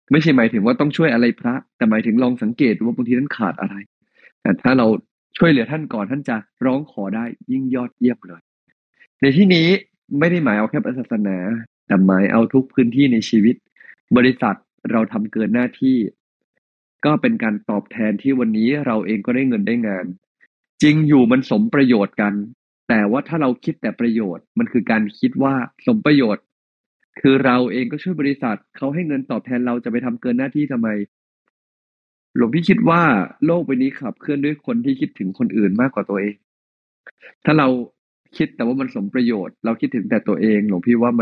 ไม่ใช่หมายถึงว่าต้องช่วยอะไรพระแต่หมายถึงลองสังเกตดูว่าบางทีท่านขาดอะไรแต่ถ้าเราช่วยเหลือท่านก่อนท่านจะร้องขอได้ยิ่งยอดเยี่ยมเลยในที่นี้ไม่ได้หมายเอาแค่ศาสนาแต่หมายเอาทุกพื้นที่ในชีวิตบริษัทเราทำเกินหน้าที่ก็เป็นการตอบแทนที่วันนี้เราเองก็ได้เงินได้งานจริงอยู่มันสมประโยชน์กันแต่ว่าถ้าเราคิดแต่ประโยชน์มันคือการคิดว่าสมประโยชน์คือเราเองก็ช่วยบริษัทเขาให้เงินตอบแทนเราจะไปทำเกินหน้าที่ทำไมหลวงพี่คิดว่าโลกใบนี้ขับเคลื่อนด้วยคนที่คิดถึงคนอื่นมากกว่าตัวเองถ้าเราคิดแต่ว่ามันสมประโยชน์เราคิดถึงแต่ตัวเองหลวงพี่ว่า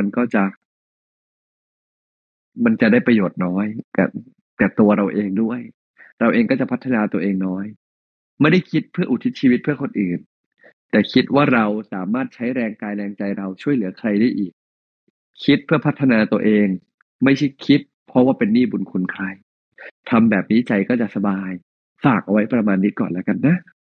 มันจะได้ประโยชน์น้อยกับตัวเราเองด้วยเราเองก็จะพัฒนาตัวเองน้อยไม่ได้คิดเพื่ออุทิศชีวิตเพื่อคนอื่นแต่คิดว่าเราสามารถใช้แรงกายแรงใจเราช่วยเหลือใครได้อีกคิดเพื่อพัฒนาตัวเองไม่ใช่คิดเพราะว่าเป็นหนี้บุญคุณใครทำแบบนี้ใจก็จะสบายฝากเอาไว้ประมาณนี้ก่อนแล้วกันนะ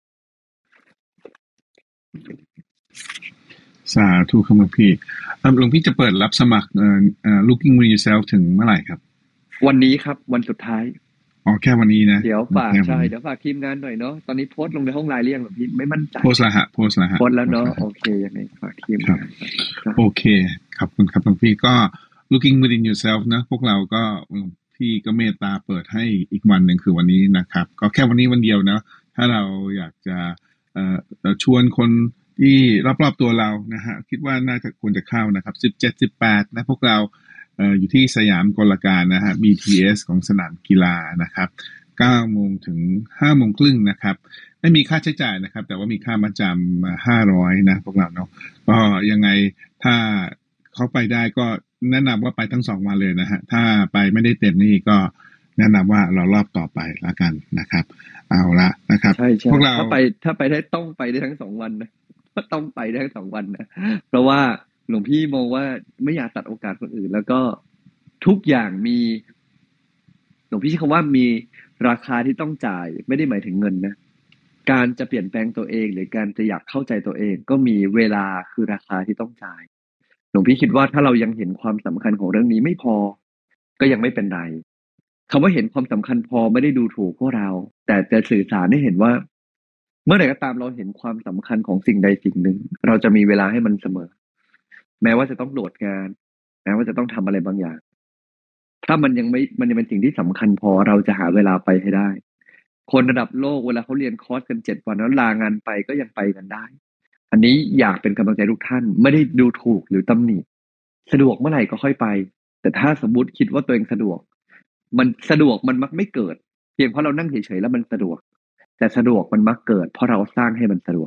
สาธุครับหลวงพี่หลวงพี่จะเปิดรับสมัครlooking with yourself ถึงเมื่อไหร่ครับวันนี้ครับวันสุดท้ายแค่วันนี้นะเดี๋ยวฝากเดี๋ยวฝากทีมงานหน่อยเนาะตอนนี้โพสต์ลงในห้องไลน์เรียงหรือพี่ไม่มั่นใจโพสต์แล้วฮะโพสต์แล้วเนาะโอเคยังไงฝากทีมงานโอเคครับคุณครับหลวงพี่ก็ looking within yourself นะพวกเราก็พี่ก็เมตตาเปิดให้อีกวันหนึ่งคือวันนี้นะครับก็แค่วันนี้วันเดียวนะถ้าเราอยากจะชวนคนที่รอบๆตัวเรานะฮะคิดว่าน่าจะควรจะเข้านะครับ17-18นะพวกเราอยู่ที่สยามกลการนะฮะ BTS ของสนามกีฬานะครับ9 โมงถึง 5 โมงครึ่งนะครับไม่มีค่าใช้จ่ายนะครับแต่ว่ามีค่ามาจำ500นะพวกเราเนาะก็ยังไงถ้าเขาไปได้ก็แนะนำว่าไปทั้ง2 วันเลยนะฮะถ้าไปไม่ได้เต็มนี่ก็แนะนำว่าเรารอบต่อไปละกันนะครับเอาละนะครับพวกเราถ้าไปได้ต้องไปได้ทั้ง2 วันนะต้องไปได้ทั้ง2 วันนะเพราะว่าหลวงพี่มองว่าไม่อยากตัดโอกาสคนอื่นแล้วก็ทุกอย่างมีหลวงพี่ใช้คำว่ามีราคาที่ต้องจ่ายไม่ได้หมายถึงเงินนะการจะเปลี่ยนแปลงตัวเองหรือการจะอยากเข้าใจตัวเองก็มีเวลาคือราคาที่ต้องจ่ายหลวงพี่คิดว่าถ้าเรายังเห็นความสำคัญของเรื่องนี้ไม่พอก็ยังไม่เป็นไรคำว่าเห็นความสำคัญพอไม่ได้ดูถูกพวกเราแต่จะสื่อสารให้เห็นว่าเมื่อไหร่ก็ตามเราเห็นความสำคัญของสิ่งใดสิ่งหนึ่งเราจะมีเวลาให้มันเสมอแม้ว่าจะต้องโดดงานแม้ว่าจะต้องทำอะไรบางอย่างถ้ามันยังเป็นสิ่งที่สำคัญพอเราจะหาเวลาไปให้ได้คนระดับโลกเวลาเขาเรียนคอร์สกัน7 วันแล้วลางานไปก็ยังไปกันได้อันนี้อยากเป็นกำลังใจทุกท่านไม่ได้ดูถูกหรือตำหนิสะดวกเมื่อไหร่ก็ค่อยไปแต่ถ้าสมมติคิดว่าตัวเองสะดวกมันมักไม่เกิดเพียงเพราะเรานั่งเฉยๆแล้วมันสะดวกแต่สะดวกมันมักเกิดเพราะเราสร้างให้มันสะดวก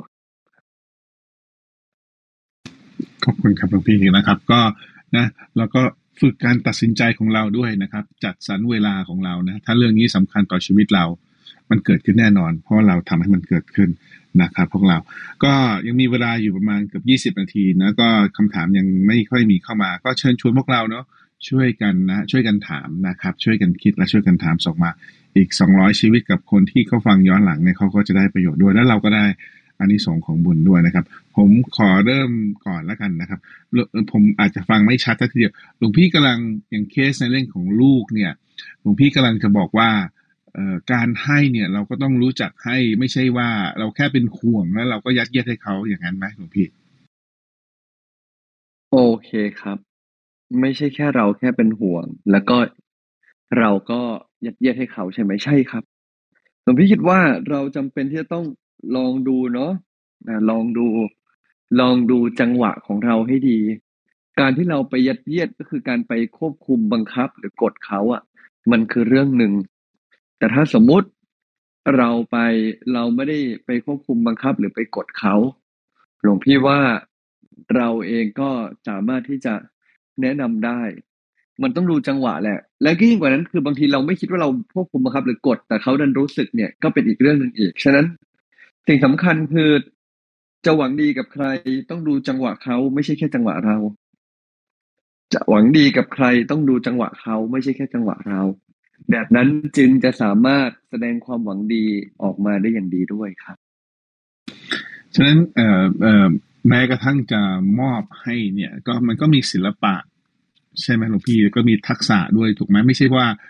ขอบคุณครับหลวงพี่นะครับก็นะแล้วก็ฝึกการตัดสินใจของเราด้วยนะครับจัดสรรเวลาของเรานะถ้าเรื่องนี้สำคัญต่อชีวิตเรามันเกิดขึ้นแน่นอนเพราะเราทำให้มันเกิดขึ้นนะครับพวกเราก็ยังมีเวลาอยู่ประมาณเกือบ20 นาทีนะก็คำถามยังไม่ค่อยมีเข้ามาก็เชิญชวนพวกเราเนาะช่วยกันถามนะครับช่วยกันคิดและช่วยกันถามส่งมาอีก200ชีวิตกับคนที่เขาฟังย้อนหลังเนี่ยเขาก็จะได้ประโยชน์ด้วยแล้วเราก็ได้อานิสงส์ของบุญด้วยนะครับผมขอเริ่มก่อนแล้วกันนะครับผมอาจจะฟังไม่ชัดทีเดียวหลวงพี่กำลังอย่างเคสในเรื่องของลูกเนี่ยหลวงพี่กำลังจะบอกว่าการให้เนี่ยเราก็ต้องรู้จักให้ไม่ใช่ว่าเราแค่เป็นห่วงแล้วเราก็ยัดเยียดให้เขาอย่างนั้นไหมหลวงพี่โอเคครับไม่ใช่แค่เราแค่เป็นห่วงแล้วก็เราก็ยัดเยียดให้เขาใช่ไหมใช่ครับผมพี่คิดว่าเราจำเป็นที่จะต้องลองดูเนาะลองดูจังหวะของเราให้ดีการที่เราไปยัดเยียดก็คือการไปควบคุมบังคับหรือกดเขาอ่ะมันคือเรื่องหนึ่งแต่ถ้าสมมุติเราไม่ได้ไปควบคุมบังคับหรือไปกดเขาหลวงพี่ว่าเราเองก็สามารถที่จะแนะนำได้มันต้องดูจังหวะแหละและก็ยิ่งกว่านั้นคือบางทีเราไม่คิดว่าเราควบคุมบังคับหรือกดแต่เขาดันรู้สึกเนี่ยก็เป็นอีกเรื่องหนึ่งอีกฉะนั้นสิ่งสำคัญคือจะหวังดีกับใครต้องดูจังหวะเขาไม่ใช่แค่จังหวะเราจะหวังดีกับใครต้องดูจังหวะเขาไม่ใช่แค่จังหวะเราแบบนั้นจึงจะสามารถแสดงความหวังดีออกมาได้อย่างดีด้วยครับฉะนั้นแม้กระทั่งจะมอบให้เนี่ยก็มันก็มีศิลปะใช่ไหมหลวงพี่ก็มีทักษะด้วยถูกไหมไม่ใช่ว่า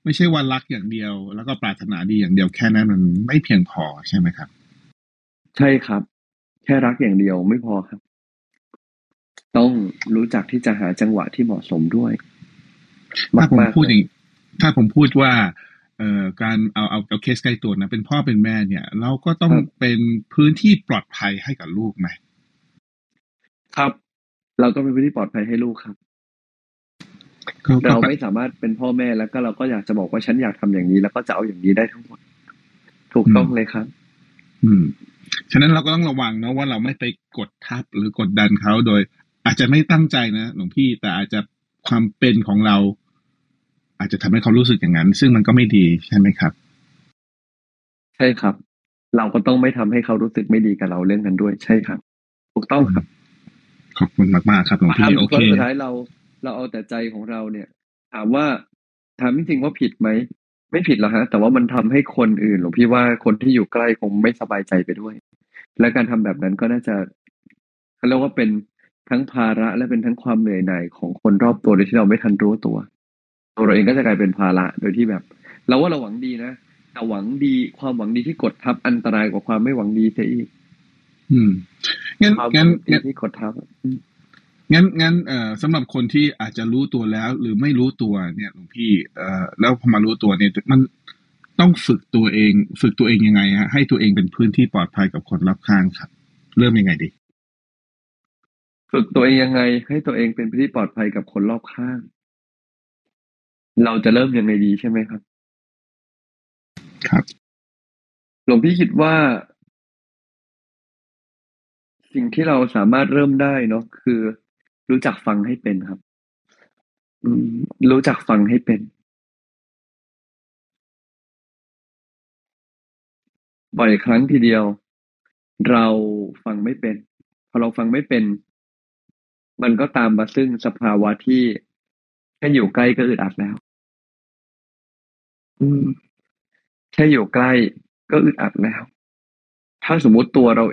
ไม่ใช่ว่ารักอย่างเดียวแล้วก็ปรารถนาดีอย่างเดียวแค่นั้นมันไม่เพียงพอใช่ไหมครับใช่ครับแค่รักอย่างเดียวไม่พอครับต้องรู้จักที่จะหาจังหวะที่เหมาะสมด้วยถ้าผมมากๆเลยพูดอย่างถ้าผมพูดว่าการเอาเคสใกล้ตัวนะเป็นพ่อเป็นแม่เนี่ยเราก็ต้องครับเป็นพื้นที่ปลอดภัยให้กับลูกไหมครับเราต้องเป็นพื้นที่ปลอดภัยให้ลูกครับก็เราไม่สามารถเป็นพ่อแม่แล้วก็เราก็อยากจะบอกว่าฉันอยากทำอย่างนี้แล้วก็จะเอาอย่างนี้ได้ทั้งหมดถูกอืมต้องเลยครับอืมฉะนั้นเราก็ต้องระวังนะว่าเราไม่ไปกดทับหรือกดดันเขาโดยอาจจะไม่ตั้งใจนะหลวงพี่แต่อาจจะความเป็นของเราอาจจะทำให้เขารู้สึกอย่างนั้นซึ่งมันก็ไม่ดีใช่ไหมครับใช่ครับเราก็ต้องไม่ทำให้เขารู้สึกไม่ดีกับเราเรื่องนั้นด้วยใช่ครับถูกต้องอืมครับขอบคุณมากๆครับหลวงมาทำพี่โอเคเพราะสุดท้ายเราเอาแต่ใจของเราเนี่ยถามว่าถามจริงๆว่าผิดไหมไม่ผิดหรอกฮะแต่ว่ามันทำให้คนอื่นหรือพี่ว่าคนที่อยู่ใกล้คงไม่สบายใจไปด้วยและการทำแบบนั้นก็น่าจะเขาเรียกว่าเป็นทั้งภาระและเป็นทั้งความเหนื่อยหน่ายของคนรอบตัวโดยที่เราไม่ทันรู้ตัวเราเองก็จะกลายเป็นภาระโดยที่แบบเราว่าเราหวังดีนะแต่หวังดีความหวังดีที่กดทับอันตรายกว่าความไม่หวังดีเสียอีกอืมงั้นความหงั้นวังดีที่กดทับงั้นสำหรับคนที่อาจจะรู้ตัวแล้วหรือไม่รู้ตัวเนี่ยหลวงพี่แล้วพอมารู้ตัวเนี่ยมันต้องฝึกตัวเองยังไงฮะให้ตัวเองเป็นพื้นที่ปลอดภัยกับคนรอบข้างครับเริ่มยังไงดีฝึกตัวเองยังไงให้ตัวเองเป็นที่ปลอดภัยกับคนรอบข้างเราจะเริ่มยังไงดีใช่ไหมครับครับหลวงพี่คิดว่าสิ่งที่เราสามารถเริ่มได้เนาะคือรู้จักฟังให้เป็นครับอืมรู้จักฟังให้เป็นบ่อยครั้งทีเดียวเราฟังไม่เป็นพอเราฟังไม่เป็นมันก็ตามมาซึ่งสภาวะที่แค่อยู่ใกล้ก็อึดอัดแล้วอืมแค่อยู่ใกล้ก็อึดอัดแล้วถ้าสมมุติ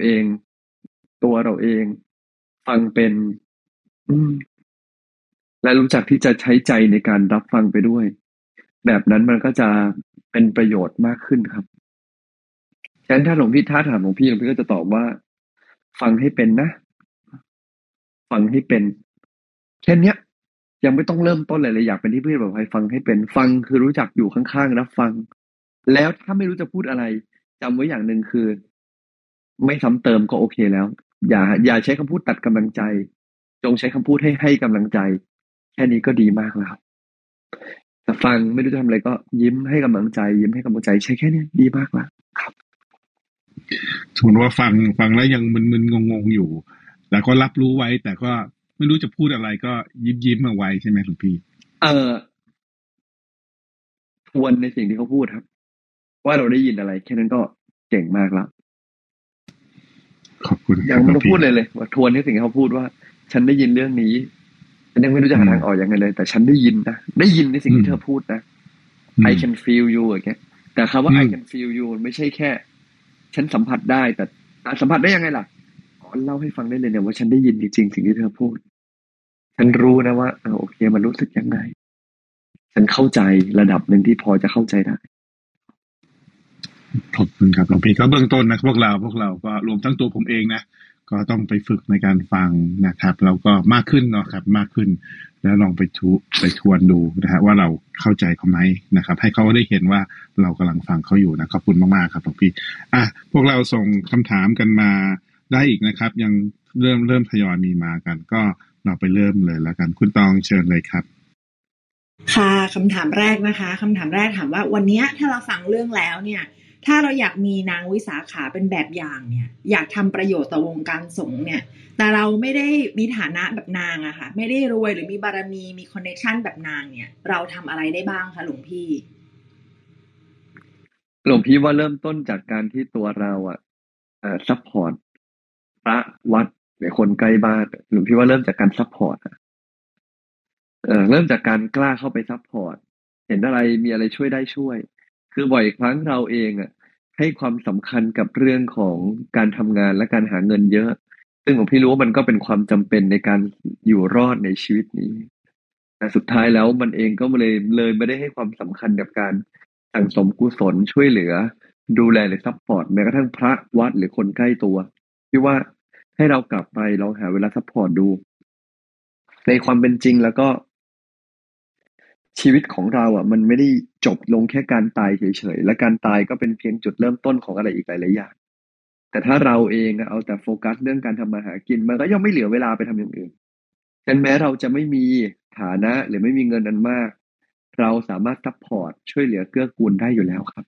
ตัวเราเองฟังเป็นอืมและรู้จักที่จะใช้ใจในการรับฟังไปด้วยแบบนั้นมันก็จะเป็นประโยชน์มากขึ้นครับฉะนั้นถ้าถามหลวงพี่ก็จะตอบว่าฟังให้เป็นนะฟังให้เป็นแค่เนี้ยยังไม่ต้องเริ่มต้นเลยอยากเป็นที่พึ่งแบบใครฟังให้เป็นฟังคือรู้จักอยู่ข้างๆรับฟังแล้วถ้าไม่รู้จะพูดอะไรจำไว้อย่างหนึ่งคือไม่ซ้ำเติมก็โอเคแล้วอย่าใช้คำพูดตัดกำลังใจจงใช้คำพูดให้กำลังใจแค่นี้ก็ดีมากแล้วแต่ฟังไม่รู้จะทำอะไรก็ยิ้มให้กำลังใจยิ้มให้กำลังใจใช้แค่เนี้ยดีมากแล้วครับสมมติว่าฟังแล้วยังมึนๆงงๆอยู่แต่ก็รับรู้ไว้แต่ก็ไม่รู้จะพูดอะไรก็ยิ้มมาไว้ใช่ไหมหลวงพี่เอ่อทวนในสิ่งที่เขาพูดครับว่าเราได้ยินอะไรแค่นั้นก็เก่งมากแล้วขอบคุณยังไม่ต้องครับหลวงพี่พูดเลยว่าทวนในสิ่งที่เขาพูดว่าฉันได้ยินเรื่องนี้ฉันยังไม่รู้จะอืมหาทางออกยังไงเลยแต่ฉันได้ยินนะได้ยินในสิ่งอืมที่เธอพูดนะอื I ม can feel you อย่างเงี้ยแต่คำว่าอื I ม can feel you มันไม่ใช่แค่ฉันสัมผัสได้แต่สัมผัสได้ยังไงล่ะอ๋อเล่าให้ฟังได้เลยเนี่ยว่าฉันได้ยินจริงๆสิ่งที่เธอพูดฉันรู้นะว่าโอเคมันรู้สึกยังไงฉันเข้าใจระดับหนึ่งที่พอจะเข้าใจได้ขอบคุณครับหลวงพี่ก็เบื้องต้นนะพวกเราก็รวมทั้งตัวผมเองนะก็ต้องไปฝึกในการฟังนะครับแล้วก็มากขึ้นเนาะครับมากขึ้นแล้วลองไปทวนดูนะฮะว่าเราเข้าใจเขาไหมนะครับให้เขาได้เห็นว่าเรากำลังฟังเขาอยู่นะขอบคุณมากๆครับหลวงพี่พวกเราส่งคำถามกันมาได้อีกนะครับยังเริ่มทยอยมีมากันก็เราไปเริ่มเลยแล้วกันคุณตองเชิญเลยครับค่ะคำถามแรกนะคะคำถามแรกถามว่าวันนี้ถ้าเราฟังเรื่องแล้วเนี่ยถ้าเราอยากมีนางวิสาขาเป็นแบบอย่างเนี่ยอยากทำประโยชน์ต่อวงการสงฆ์เนี่ยแต่เราไม่ได้มีฐานะแบบนางอะค่ะไม่ได้รวยหรือมีบารมีมีคอนเนคชั่นแบบนางเนี่ยเราทำอะไรได้บ้างคะหลวงพี่หลวงพี่ว่าเริ่มต้นจากการที่ตัวเราซัพพอร์ตพระวัดหรือคนใกล้บ้านหลวงพี่ว่าเริ่มจากการซัพพอร์ต เริ่มจากการกล้าเข้าไปซัพพอร์ตเห็นอะไรมีอะไรช่วยได้ช่วยคือบ่อยครั้งเราเองให้ความสำคัญกับเรื่องของการทำงานและการหาเงินเยอะซึ่งผมพี่รู้ว่ามันก็เป็นความจำเป็นในการอยู่รอดในชีวิตนี้แต่สุดท้ายแล้วมันเองก็เลยไม่ได้ให้ความสำคัญกับการสั่งสมกุศลช่วยเหลือดูแลหรือซัพพอร์ตแม้กระทั่งพระวัดหรือคนใกล้ตัวพี่ว่าให้เรากลับไปลองหาเวลาซัพพอร์ตดูในความเป็นจริงแล้วก็ชีวิตของเรามันไม่ได้จบลงแค่การตายเฉยๆและการตายก็เป็นเพียงจุดเริ่มต้นของอะไรอีกหลายๆอย่างแต่ถ้าเราเองเอาแต่โฟกัสเรื่องการทำมาหากินมันก็ย่อมไม่เหลือเวลาไปทำอย่างอื่นฉะนั้นแม้เราจะไม่มีฐานะหรือไม่มีเงินอันมากเราสามารถซัพพอร์ตช่วยเหลือเกื้อกูลได้อยู่แล้วครับ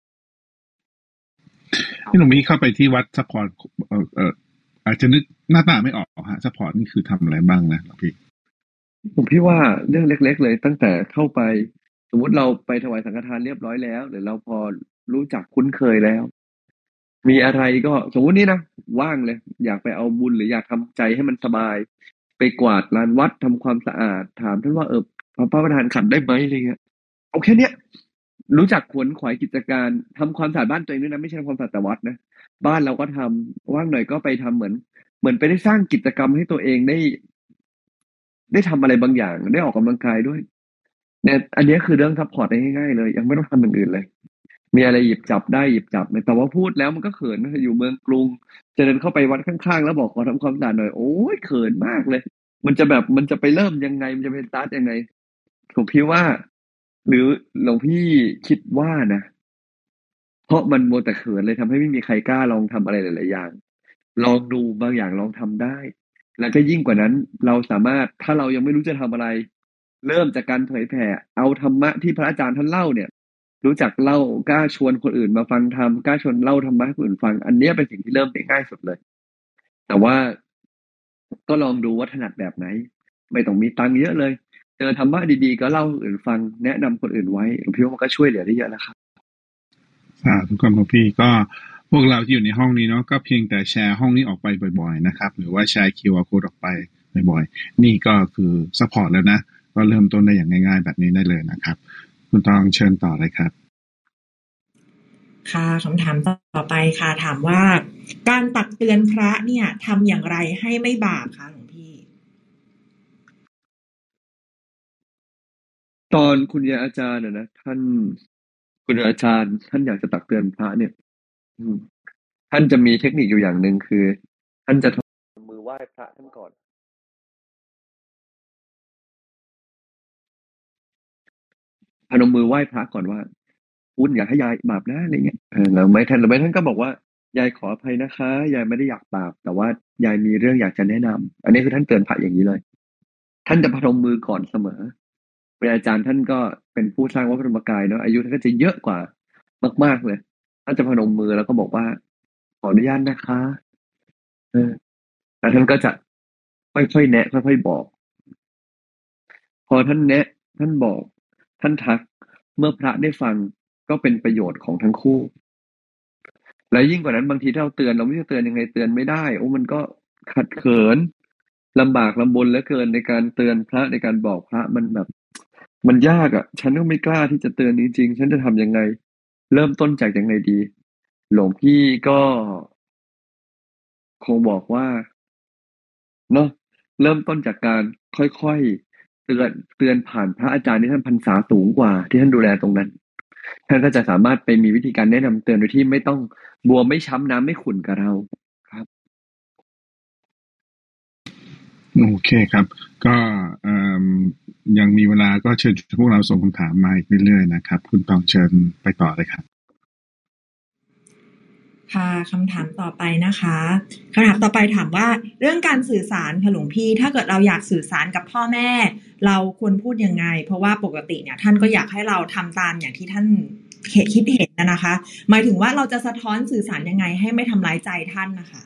พี่หนุ่มเข้าไปที่วัดซัพพอร์ตอาจจะนึกหน้าตาไม่ออกฮะซัพพอร์ตนี่คือทำอะไรบ้างนะพี่ว่าเรื่องเล็กๆเลยตั้งแต่เข้าไปสมมุติเราไปถวายสังฆทานเรียบร้อยแล้วหรือเราพอรู้จักคุ้นเคยแล้วมีอะไรก็สมมุตินี่นะว่างเลยอยากไปเอาบุญหรืออยากทำใจให้มันสบายไปกวาดลานวัดทำความสะอาดถามท่านว่าพระประธานขัดได้ไหมอะไรเงี้ยเอาแค่เนี้ยรู้จักขวนขวายกิจการทำความสะอาดบ้านตัวเองด้วยนะไม่ใช่ทำความสะอาดแต่วัดนะบ้านเราก็ทำว่างหน่อยก็ไปทำเหมือนไปได้สร้างกิจกรรมให้ตัวเองได้ทำอะไรบางอย่างได้ออกกำลังกายด้วยเนี่ยอันนี้คือเรื่องซัพพอร์ตได้ง่ายๆเลยยังไม่ต้องทำอย่างอื่นเลยมีอะไรหยิบจับได้หยิบจับแต่ว่าพูดแล้วมันก็เขินนะอยู่เมืองกรุงจะเดินเข้าไปวัดข้างๆแล้วบอกขอทำความสะอาดหน่อยโอ้ยเขินมากเลยมันจะไปเริ่มยังไงมันจะไปสตาร์ทยังไงผมพี่ว่าหรือหลวงพี่คิดว่านะเพราะมันมัวแต่เขินเลยทำให้ไม่มีใครกล้าลองทำอะไรหลายๆอย่างลองดูบางอย่างลองทำได้แล้วก็ยิ่งกว่านั้นเราสามารถถ้าเรายังไม่รู้จะทำอะไรเริ่มจากการเผยแผ่เอาธรรมะที่พระอาจารย์ท่านเล่าเนี่ยรู้จักเล่ากล้าชวนคนอื่นมาฟังธรรมกล้าชวนเล่าธรรมะให้คนอื่นฟังอันเนี้ยเป็นสิ่งที่เริ่มได้ง่ายสุดเลยแต่ว่าก็ลองดูว่าถนัดแบบไหนไม่ต้องมีตังค์เยอะเลยเจอธรรมะดีๆก็เล่าให้คนอื่นฟังแนะนำคนอื่นไว้หลวงพี่ว่ามันก็ช่วยเหลือได้เยอะแล้วครับทุกคนของพี่ก็พวกเราที่อยู่ในห้องนี้เนาะก็เพียงแต่แชร์ห้องนี้ออกไปบ่อยๆนะครับหรือว่าแชร์ QR Code ออกไปบ่อยๆนี่ก็คือซัพพอร์ตแล้วนะก็เริ่มต้นได้อย่างง่ายๆแบบนี้ได้เลยนะครับคุณตองเชิญต่อเลยครับค่ะคำถามต่อไปค่ะถามว่าการตักเตือนพระเนี่ยทำอย่างไรให้ไม่บาปคะหลวงพี่ตอนคุณยายอาจารย์นะท่านคุณยายอาจารย์ท่านอยากจะตักเตือนพระเนี่ยท่านจะมีเทคนิคอยู่อย่างหนึ่งคือท่านจะทำมือไหว้พระท่านก่อนพนมมือไหว้พระก่อนว่าคุณอย่าให้ยายบาปนะอะไรเงี้ยแล้วไม่ท่านก็บอกว่ายายขออภัยนะคะยายไม่ได้อยากบาปแต่ว่ายายมีเรื่องอยากจะแนะนำอันนี้คือท่านเตือนพระอย่างนี้เลยท่านจะพนมมือก่อนเสมอเป็นอาจารย์ท่านก็เป็นผู้สร้างวัดพระธรรมกายเนาะอายุท่านก็จะเยอะกว่ามากๆเลยท่านจะพนมมือแล้วก็บอกว่าขออนุญาตนะคะแล้วท่านก็จะค่อยๆแนะค่อยๆบอกพอท่านแนะท่านบอกท่านทักเมื่อพระได้ฟังก็เป็นประโยชน์ของทั้งคู่และยิ่งกว่านั้นบางทีถ้าเราเตือนเราไม่รู้จะเตือนยังไงเตือนไม่ได้มันก็ขัดเขินลำบากลำบนเหลือเกินในการเตือนพระในการบอกพระมันแบบมันยากฉันก็ไม่กล้าที่จะเตือนจริงๆฉันจะทำยังไงเริ่มต้นจากยังไงดีหลวงพี่ก็คงบอกว่าเนาะเริ่มต้นจากการค่อยๆเตือนผ่านพระอาจารย์ที่ท่านพรรษาสูงกว่าที่ท่านดูแลตรงนั้นท่านก็จะสามารถไปมีวิธีการแนะนำเตือนโดยที่ไม่ต้องบัวไม่ช้ำน้ำไม่ขุ่นกับเราครับโอเคครับก็ยังมีเวลาก็เชิญพวกเราส่งคำถามมาอีกเรื่อยๆนะครับคุณตองเชิญไปต่อเลยครับค่ะคำถามต่อไปนะคะคำถามต่อไปถามว่าเรื่องการสื่อสารค่ะหลวงพี่ถ้าเกิดเราอยากสื่อสารกับพ่อแม่เราควรพูดยังไงเพราะว่าปกติเนี่ยท่านก็อยากให้เราทำตามอย่างที่ท่านคิดเห็นนะคะหมายถึงว่าเราจะสะท้อนสื่อสารยังไงให้ไม่ทำร้ายใจท่านนะคะ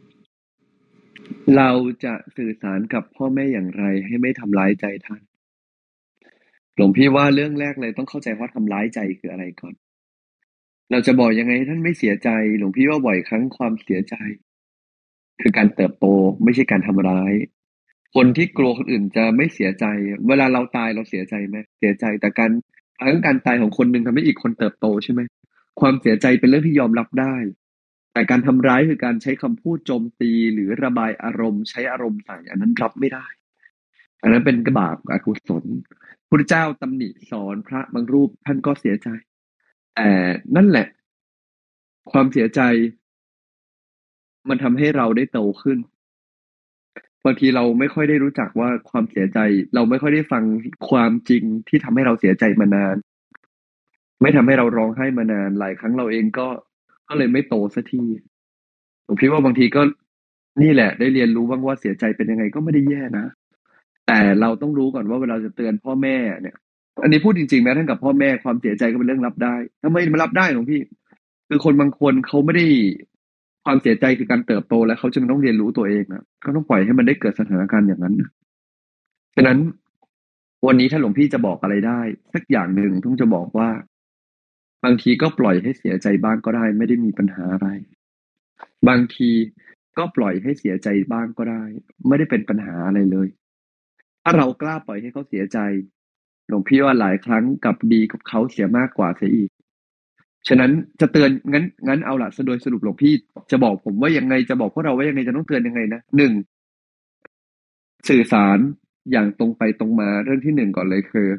เราจะสื่อสารกับพ่อแม่อย่างไรให้ไม่ทำร้ายใจท่านหลวงพี่ว่าเรื่องแรกเลยต้องเข้าใจว่าทำร้ายใจคืออะไรก่อนเราจะบอกยังไงให้ท่านไม่เสียใจหลวงพี่ว่าบ่อยครั้งความเสียใจคือการเติบโตไม่ใช่การทำร้ายคนที่กลัวคนอื่นจะไม่เสียใจเวลาเราตายเราเสียใจไหมเสียใจแต่การตายของคนหนึ่งทำให้อีกคนเติบโตใช่ไหมความเสียใจเป็นเรื่องที่ยอมรับได้แต่การทำร้ายคือการใช้คำพูดโจมตีหรือระบายอารมณ์ใช้อารมณ์ใส่อันนั้นรับไม่ได้อันนั้นเป็นบาปอกุศลพุทธเจ้าตำหนิสอนพระบางรูปท่านก็เสียใจแต่นั่นแหละความเสียใจมันทำให้เราได้โตขึ้นบางทีเราไม่ค่อยได้รู้จักว่าความเสียใจเราไม่ค่อยได้ฟังความจริงที่ทำให้เราเสียใจมานานไม่ทำให้เราร้องไห้มานานหลายครั้งเราเองก็เลยไม่โตสักทีผมคิดว่าบางทีก็นี่แหละได้เรียนรู้บ้างว่าเสียใจเป็นยังไงก็ไม่ได้แย่นะแต่เราต้องรู้ก่อนว่าเวลาจะเตือนพ่อแม่เนี่ยอันนี้พูดจริงๆแม้ทั้งกับพ่อแม่ความเสียใจก็เป็นเรื่องรับได้ทำไมมันรับได้หลวงพี่คือคนบางคนเขาไม่ได้ความเสียใจคือการเติบโตแล้วเขาจึงต้องเรียนรู้ตัวเองนะก็ต้องปล่อยให้มันได้เกิดสถานการณ์อย่างนั้นนะฉะนั้นวันนี้ถ้าหลวงพี่จะบอกอะไรได้สักอย่างหนึ่งต้องจะบอกว่าบางทีก็ปล่อยให้เสียใจบ้างก็ได้ไม่ได้มีปัญหาอะไรบางทีก็ปล่อยให้เสียใจบ้างก็ได้ไม่ได้เป็นปัญหาอะไรเลยถ้าเรากล้าปล่อยให้เขาเสียใจหลวงพี่ว่าหลายครั้งกลับดีกับเขาเสียมากกว่าเสียอีกฉะนั้นจะเตือนงั้นเอาล่ะโดยสรุปหลวงพี่จะบอกผมว่ายังไงจะบอกพวกเราว่ายังไงจะต้องเตือนยังไงนะหนึ่งสื่อสารอย่างตรงไปตรงมาเรื่องที่หนึ่งก่อนเลยคือ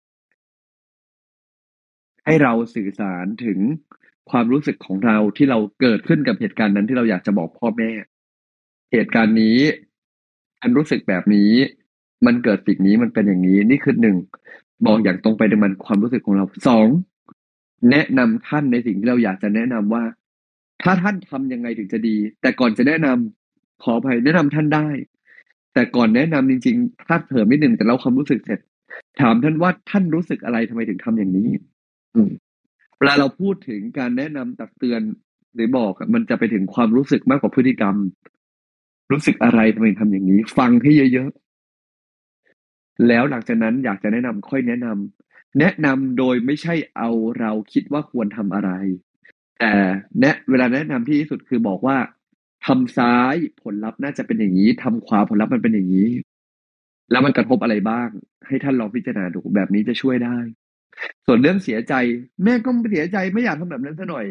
ให้เราสื่อสารถึงความรู้สึกของเราที่เราเกิดขึ้นกับเหตุการณ์นั้นที่เราอยากจะบอกพ่อแม่เหตุการณ์นี้อันรู้สึกแบบนี้มันเกิดสิ่งนี้มันเป็นอย่างนี้นี่คือหนึ่งบอกอย่างตรงไปตรงมาความรู้สึกของเราสองแนะนำท่านในสิ่งที่เราอยากจะแนะนำว่าถ้าท่านทำยังไงถึงจะดีแต่ก่อนจะแนะนำขออภัยแนะนำท่านได้แต่ก่อนแนะนำจริงๆถ้าเถิดนิดหนึ่งแต่เราความรู้สึกเสร็จถามท่านว่าท่านรู้สึกอะไรทำไมถึงทำอย่างนี้เวลาเราพูดถึงการแนะนำตักเตือนหรือบอกมันจะไปถึงความรู้สึกมากกว่าพฤติกรรมรู้สึกอะไรทำไมทำอย่างนี้ฟังให้เยอะๆแล้วหลังจากนั้นอยากจะแนะนำค่อยแนะนำโดยไม่ใช่เอาเราคิดว่าควรทำอะไรแต่เวลาแนะนำที่ที่สุดคือบอกว่าทำซ้ายผลลัพธ์น่าจะเป็นอย่างนี้ทำขวาผลลัพธ์มันเป็นอย่างนี้แล้วมันกระทบอะไรบ้างให้ท่านลองพิจารณาดูแบบนี้จะช่วยได้ส่วนเรื่องเสียใจแม่ก็เสียใจไม่อยากทำแบบนั้นซะหน่อย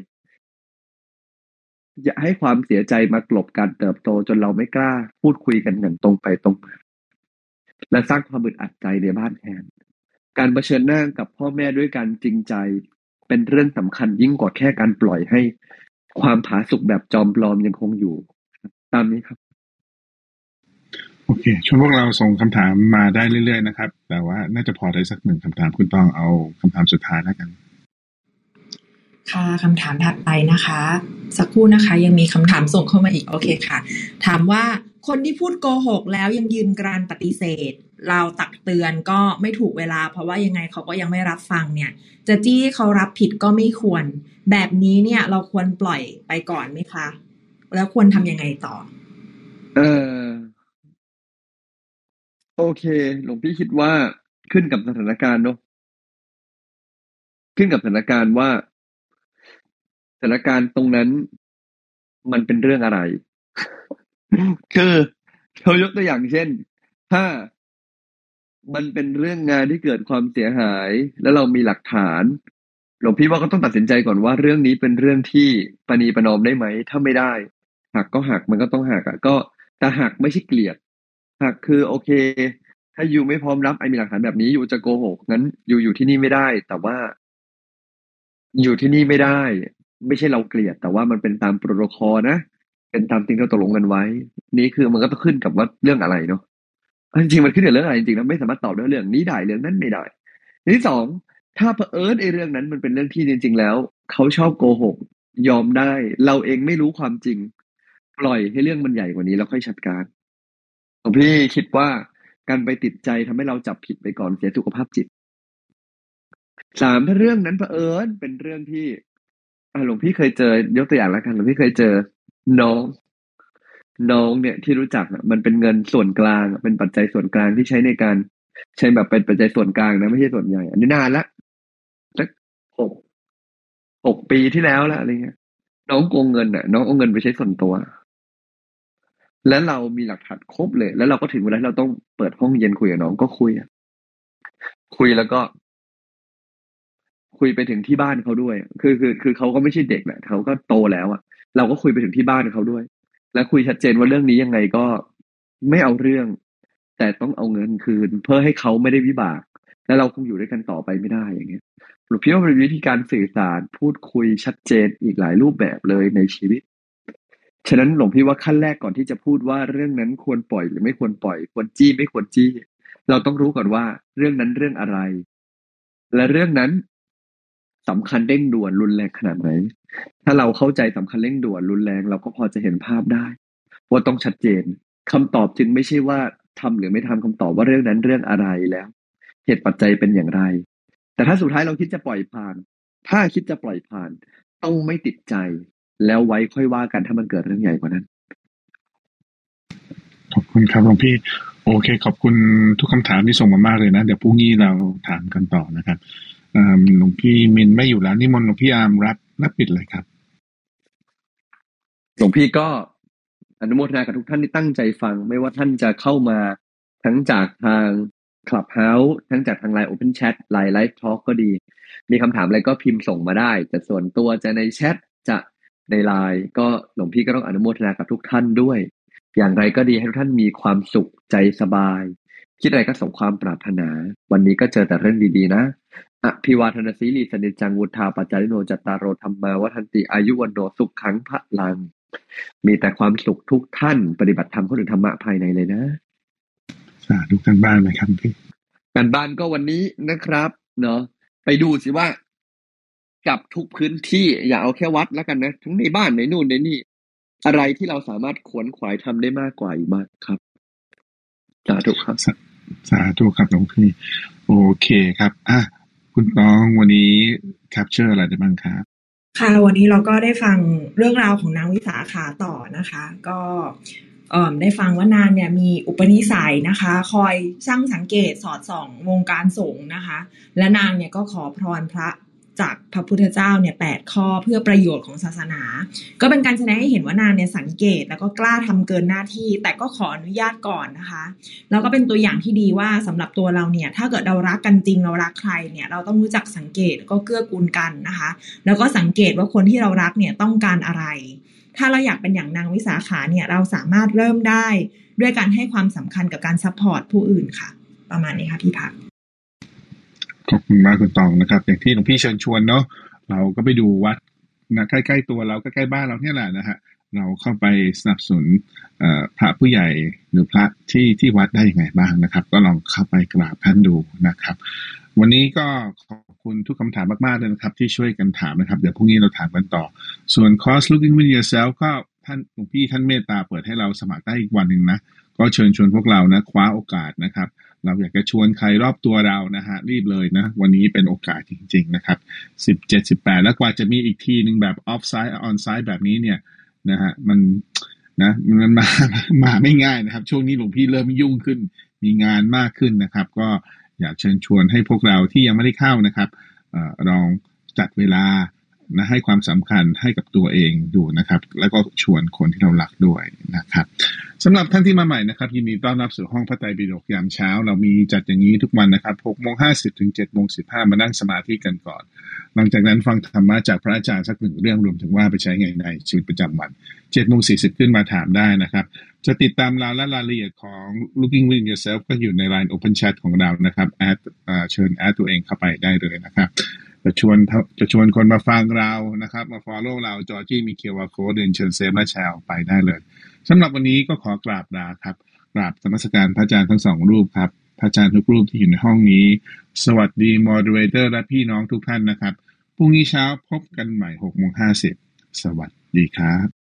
อย่าให้ความเสียใจมากลบการเติบโตจนเราไม่กล้าพูดคุยกันอย่างตรงไปตรงมาและสร้างความอึดอัดใจในบ้านแทนการเผชิญหน้ากับพ่อแม่ด้วยการจริงใจเป็นเรื่องสำคัญยิ่งกว่าแค่การปล่อยให้ความผาสุกแบบจอมปลอมยังคงอยู่ตามนี้ครับโอเคชวนพวกเราส่งคำถามมาได้เรื่อยๆนะครับแต่ว่าน่าจะพอได้สักหนึ่งคำถามคุณต้องเอาคำถามสุดท้ายแล้วกันค่ะคำถามถัดไปนะคะสักครู่นะคะยังมีคำถามส่งเข้ามาอีกโอเคค่ะถามว่าคนที่พูดโกหกแล้วยังยืนกรานปฏิเสธเราตักเตือนก็ไม่ถูกเวลาเพราะว่ายังไงเขาก็ยังไม่รับฟังเนี่ยจะจี้เขารับผิดก็ไม่ควรแบบนี้เนี่ยเราควรปล่อยไปก่อนไหมคะแล้วควรทำยังไงต่อโอเคหลวงพี่คิดว่าขึ้นกับสถานการณ์เนอะขึ้นกับสถานการณ์ว่าสถานการณ์ตรงนั้นมันเป็นเรื่องอะไร คือเขายกตัวอย่างเช่นถ้ามันเป็นเรื่องงานที่เกิดความเสียหายแล้วเรามีหลักฐานหลวงพี่ว่าก็ต้องตัดสินใจก่อนว่าเรื่องนี้เป็นเรื่องที่ประนีประนอมได้ไหมถ้าไม่ได้หักก็หักมันก็ต้องหักอ่ะก็แต่หักไม่ใช่เกลียดหักคือโอเคถ้าอยู่ไม่พร้อมรับไอ้มีหลักฐานแบบนี้อยู่จะโกหกงั้นอยู่ที่นี่ไม่ได้แต่ว่าอยู่ที่นี่ไม่ได้ไม่ใช่เราเกลียดแต่ว่ามันเป็นตามโปรโตคอลนะเป็นตามสิ่งที่เราตกลงกันไว้นี่คือมันก็ต้องขึ้นกับว่าเรื่องอะไรเนาะจริงๆมันขึ้นกับเรื่องอะไรจริงๆแล้วไม่สามารถตอบได้เรื่องนี้ได้เรื่องนั้นไม่ได้ที่สองถ้าเผอิญไอ้เรื่องนั้นมันเป็นเรื่องที่จริงๆแล้วเขาชอบโกหกยอมได้เราเองไม่รู้ความจริงปล่อยให้เรื่องมันใหญ่กว่านี้แล้วค่อยจัดการผมพี่คิดว่าการไปติดใจทำให้เราจับผิดไปก่อนเสียสุขภาพจิตสามถ้าเรื่องนั้นเผอิญเป็นเรื่องที่หลวงพี่เคยเจอยกตัวอย่างแล้วกันหลวงพี่เคยเจอน้องเนี่ยที่รู้จักมันเป็นเงินส่วนกลางเป็นปัจจัยส่วนกลางที่ใช้ในการใช้แบบเป็นปัจจัยส่วนกลางนะไม่ใช่ส่วนใหญ่อันนี้นานละสักหกปีที่แล้วละอะไรเงี้ยน้องโกงเงินน้องเอาเงินไปใช้ส่วนตัวแล้วเรามีหลักฐานครบเลยแล้วเราก็ถึงเวลาที่เราต้องเปิดห้องเย็นคุยกับน้องก็คุยแล้วก็คุยไปถึงที่บ้านเขาด้วยคือเขาก็ไม่ใช่เด็กแหละเขาก็โตแล้วอ่ะเราก็คุยไปถึงที่บ้านเขาด้วยและคุยชัดเจนว่าเรื่องนี้ยังไงก็ไม่เอาเรื่องแต่ต้องเอาเงินคืนเพื่อให้เขาไม่ได้วิบากแล้วเราคงอยู่ด้วยกันต่อไปไม่ได้อย่างเงี้ยหลวงพี่ว่าเป็นวิธีการสื่อสารพูดคุยชัดเจนอีกหลายรูปแบบเลยในชีวิตฉะนั้นหลวงพี่ว่าขั้นแรกก่อนที่จะพูดว่าเรื่องนั้นควรปล่อยหรือไม่ควรปล่อยควรจี้ไม่ควรจี้เราต้องรู้ก่อนว่าเรื่องนั้นเรื่องอะไรและเรื่องนั้นสำคัญเร่งด่วนรุนแรงขนาดไหนถ้าเราเข้าใจสำคัญเร่งด่วนรุนแรงเราก็พอจะเห็นภาพได้ว่าต้องชัดเจนคำตอบจึงไม่ใช่ว่าทำหรือไม่ทำคำตอบว่าเรื่องนั้นเรื่องอะไรแล้วเหตุปัจจัยเป็นอย่างไรแต่ถ้าสุดท้ายเราคิดจะปล่อยผ่านถ้าคิดจะปล่อยผ่านต้องไม่ติดใจแล้วไว้ค่อยว่ากันถ้ามันเกิดเรื่องใหญ่กว่านั้นขอบคุณครับหลวงพี่โอเคขอบคุณทุกคำถามที่ส่งมามากเลยนะเดี๋ยวพรุ่งนี้เราถามกันต่อนะครับหลวงพี่มินไม่อยู่แล้วนิมนต์หลวงพี่อาร์มรับปิดเลยครับหลวงพี่ก็อนุโมทนากับทุกท่านที่ตั้งใจฟังไม่ว่าท่านจะเข้ามาทั้งจากทาง Clubhouse ทั้งจากทาง Line Open Chat Line Live Talk ก็ดีมีคำถามอะไรก็พิมพ์ส่งมาได้จะส่วนตัวจะในแชทจะในไลน์ก็หลวงพี่ก็ต้องอนุโมทนากับทุกท่านด้วยอย่างไรก็ดีให้ทุกท่านมีความสุขใจสบายคิดอะไรก็สมความปรารถนาวันนี้ก็เจอแต่เรื่องดีๆนะอภิวาทนาสีลีสนิจังวุฒาปัจจาริโนจัตตารโอธรรมาวัฒนติอายุวันโนสุขขังพลังมีแต่ความสุขทุกท่านปฏิบัติธรรมเข้าถึงธรรมะภายในเลยนะสาธุกันบ้านไหมครับพี่การบ้านก็วันนี้นะครับเนาะไปดูสิว่ากับทุกพื้นที่อย่าเอาแค่วัดแล้วกันนะทั้งในบ้านในนู่นในนี่อะไรที่เราสามารถขวนขวายทำได้มากกว่าอีกบ้างครับสาธุครับสาธุครับหลวงพี่โอเคครับคุณน้องวันนี้แคปเจอร์อะไรได้บ้างครับค่ะวันนี้เราก็ได้ฟังเรื่องราวของนางวิสาขาต่อนะคะก็ได้ฟังว่านางเนี่ยมีอุปนิสัยนะคะคอยช่างสังเกตสอดส่องวงการสงฆ์นะคะและนางเนี่ยก็ขอพรพระจากพระพุทธเจ้าเนี่ย8ข้อเพื่อประโยชน์ของศาสนาก็เป็นการแสดงให้เห็นว่านางเนี่ยสังเกตแล้วก็กล้าทำเกินหน้าที่แต่ก็ขออนุญาตก่อนนะคะแล้วก็เป็นตัวอย่างที่ดีว่าสำหรับตัวเราเนี่ยถ้าเกิดเรารักกันจริงเรารักใครเนี่ยเราต้องรู้จักสังเกตก็เกื้อกูลกันนะคะแล้วก็สังเกตว่าคนที่เรารักเนี่ยต้องการอะไรถ้าเราอยากเป็นอย่างนางวิสาขาเนี่ยเราสามารถเริ่มได้ด้วยการให้ความสำคัญกับการซัพพอร์ตผู้อื่นค่ะประมาณนี้ค่ะพี่พักขอบคุณมากคุณตองนะครับอย่างที่หลวงพี่เชิญชวนเนาะเราก็ไปดูวัดนะใกล้ๆตัวเราใกล้ๆบ้านเราเนี่ยแหละนะฮะเราเข้าไปสนับสนุนพระผู้ใหญ่หรือพระที่วัดได้ยังไงบ้างนะครับก็ลองเข้าไปกราบท่านดูนะครับวันนี้ก็ขอบคุณทุกคำถามมากๆเลยนะครับที่ช่วยกันถามนะครับเดี๋ยวพรุ่งนี้เราถามกันต่อส่วนคอร์ส Looking Within Yourself ก็ท่านหลวงพี่ท่านเมตตาเปิดให้เราสมัครได้อีกวันนึงนะก็เชิญชวนพวกเรานะคว้าโอกาสนะครับเราอยากจะชวนใครรอบตัวเรานะฮะรีบเลยนะวันนี้เป็นโอกาสจริงๆนะครับ17 18แล้วกว่าจะมีอีกทีนึงแบบ off site on site แบบนี้เนี่ยนะฮะมันมาไม่ง่ายนะครับช่วงนี้หลวงพี่เริ่มยุ่งขึ้นมีงานมากขึ้นนะครับก็อยากเชิญชวนให้พวกเราที่ยังไม่ได้เข้านะครับลองจัดเวลานะให้ความสำคัญให้กับตัวเองดูนะครับแล้วก็ชวนคนที่เรารักด้วยนะครับสำหรับท่านที่มาใหม่นะครับยินดีต้อนรับสู่ห้องพระไตรปิฎกยามเช้าเรามีจัดอย่างนี้ทุกวันนะครับ 6:50 ถึง 7:15 มานั่งสมาธิกันก่อนหลังจากนั้นฟังธรรมะจากพระอาจารย์สักหนึ่งเรื่องรวมถึงว่าไปใช้ไงในชีวิตประจำวัน 7:40 ขึ้นมาถามได้นะครับจะติดตามเราและรายละเอียดของ Looking Within Yourself ก็อยู่ใน Line Open Chat ของเรานะครับเชิญแอดตัวเองเข้าไปได้เลยนะครับจะชวนคนมาฟังเรานะครับมา follow เราจอจี้มี QR Code เดินเชิญเซฟและแชร์ไปได้เลยสำหรับวันนี้ก็ขอกราบลาครับกราบนมัสการพระอาจารย์ทั้งสองรูปครับพระอาจารย์ทุกรูปที่อยู่ในห้องนี้สวัสดี moderator และพี่น้องทุกท่านนะครับพรุ่งนี้เช้าพบกันใหม่ 6:50 สวัสดีครับ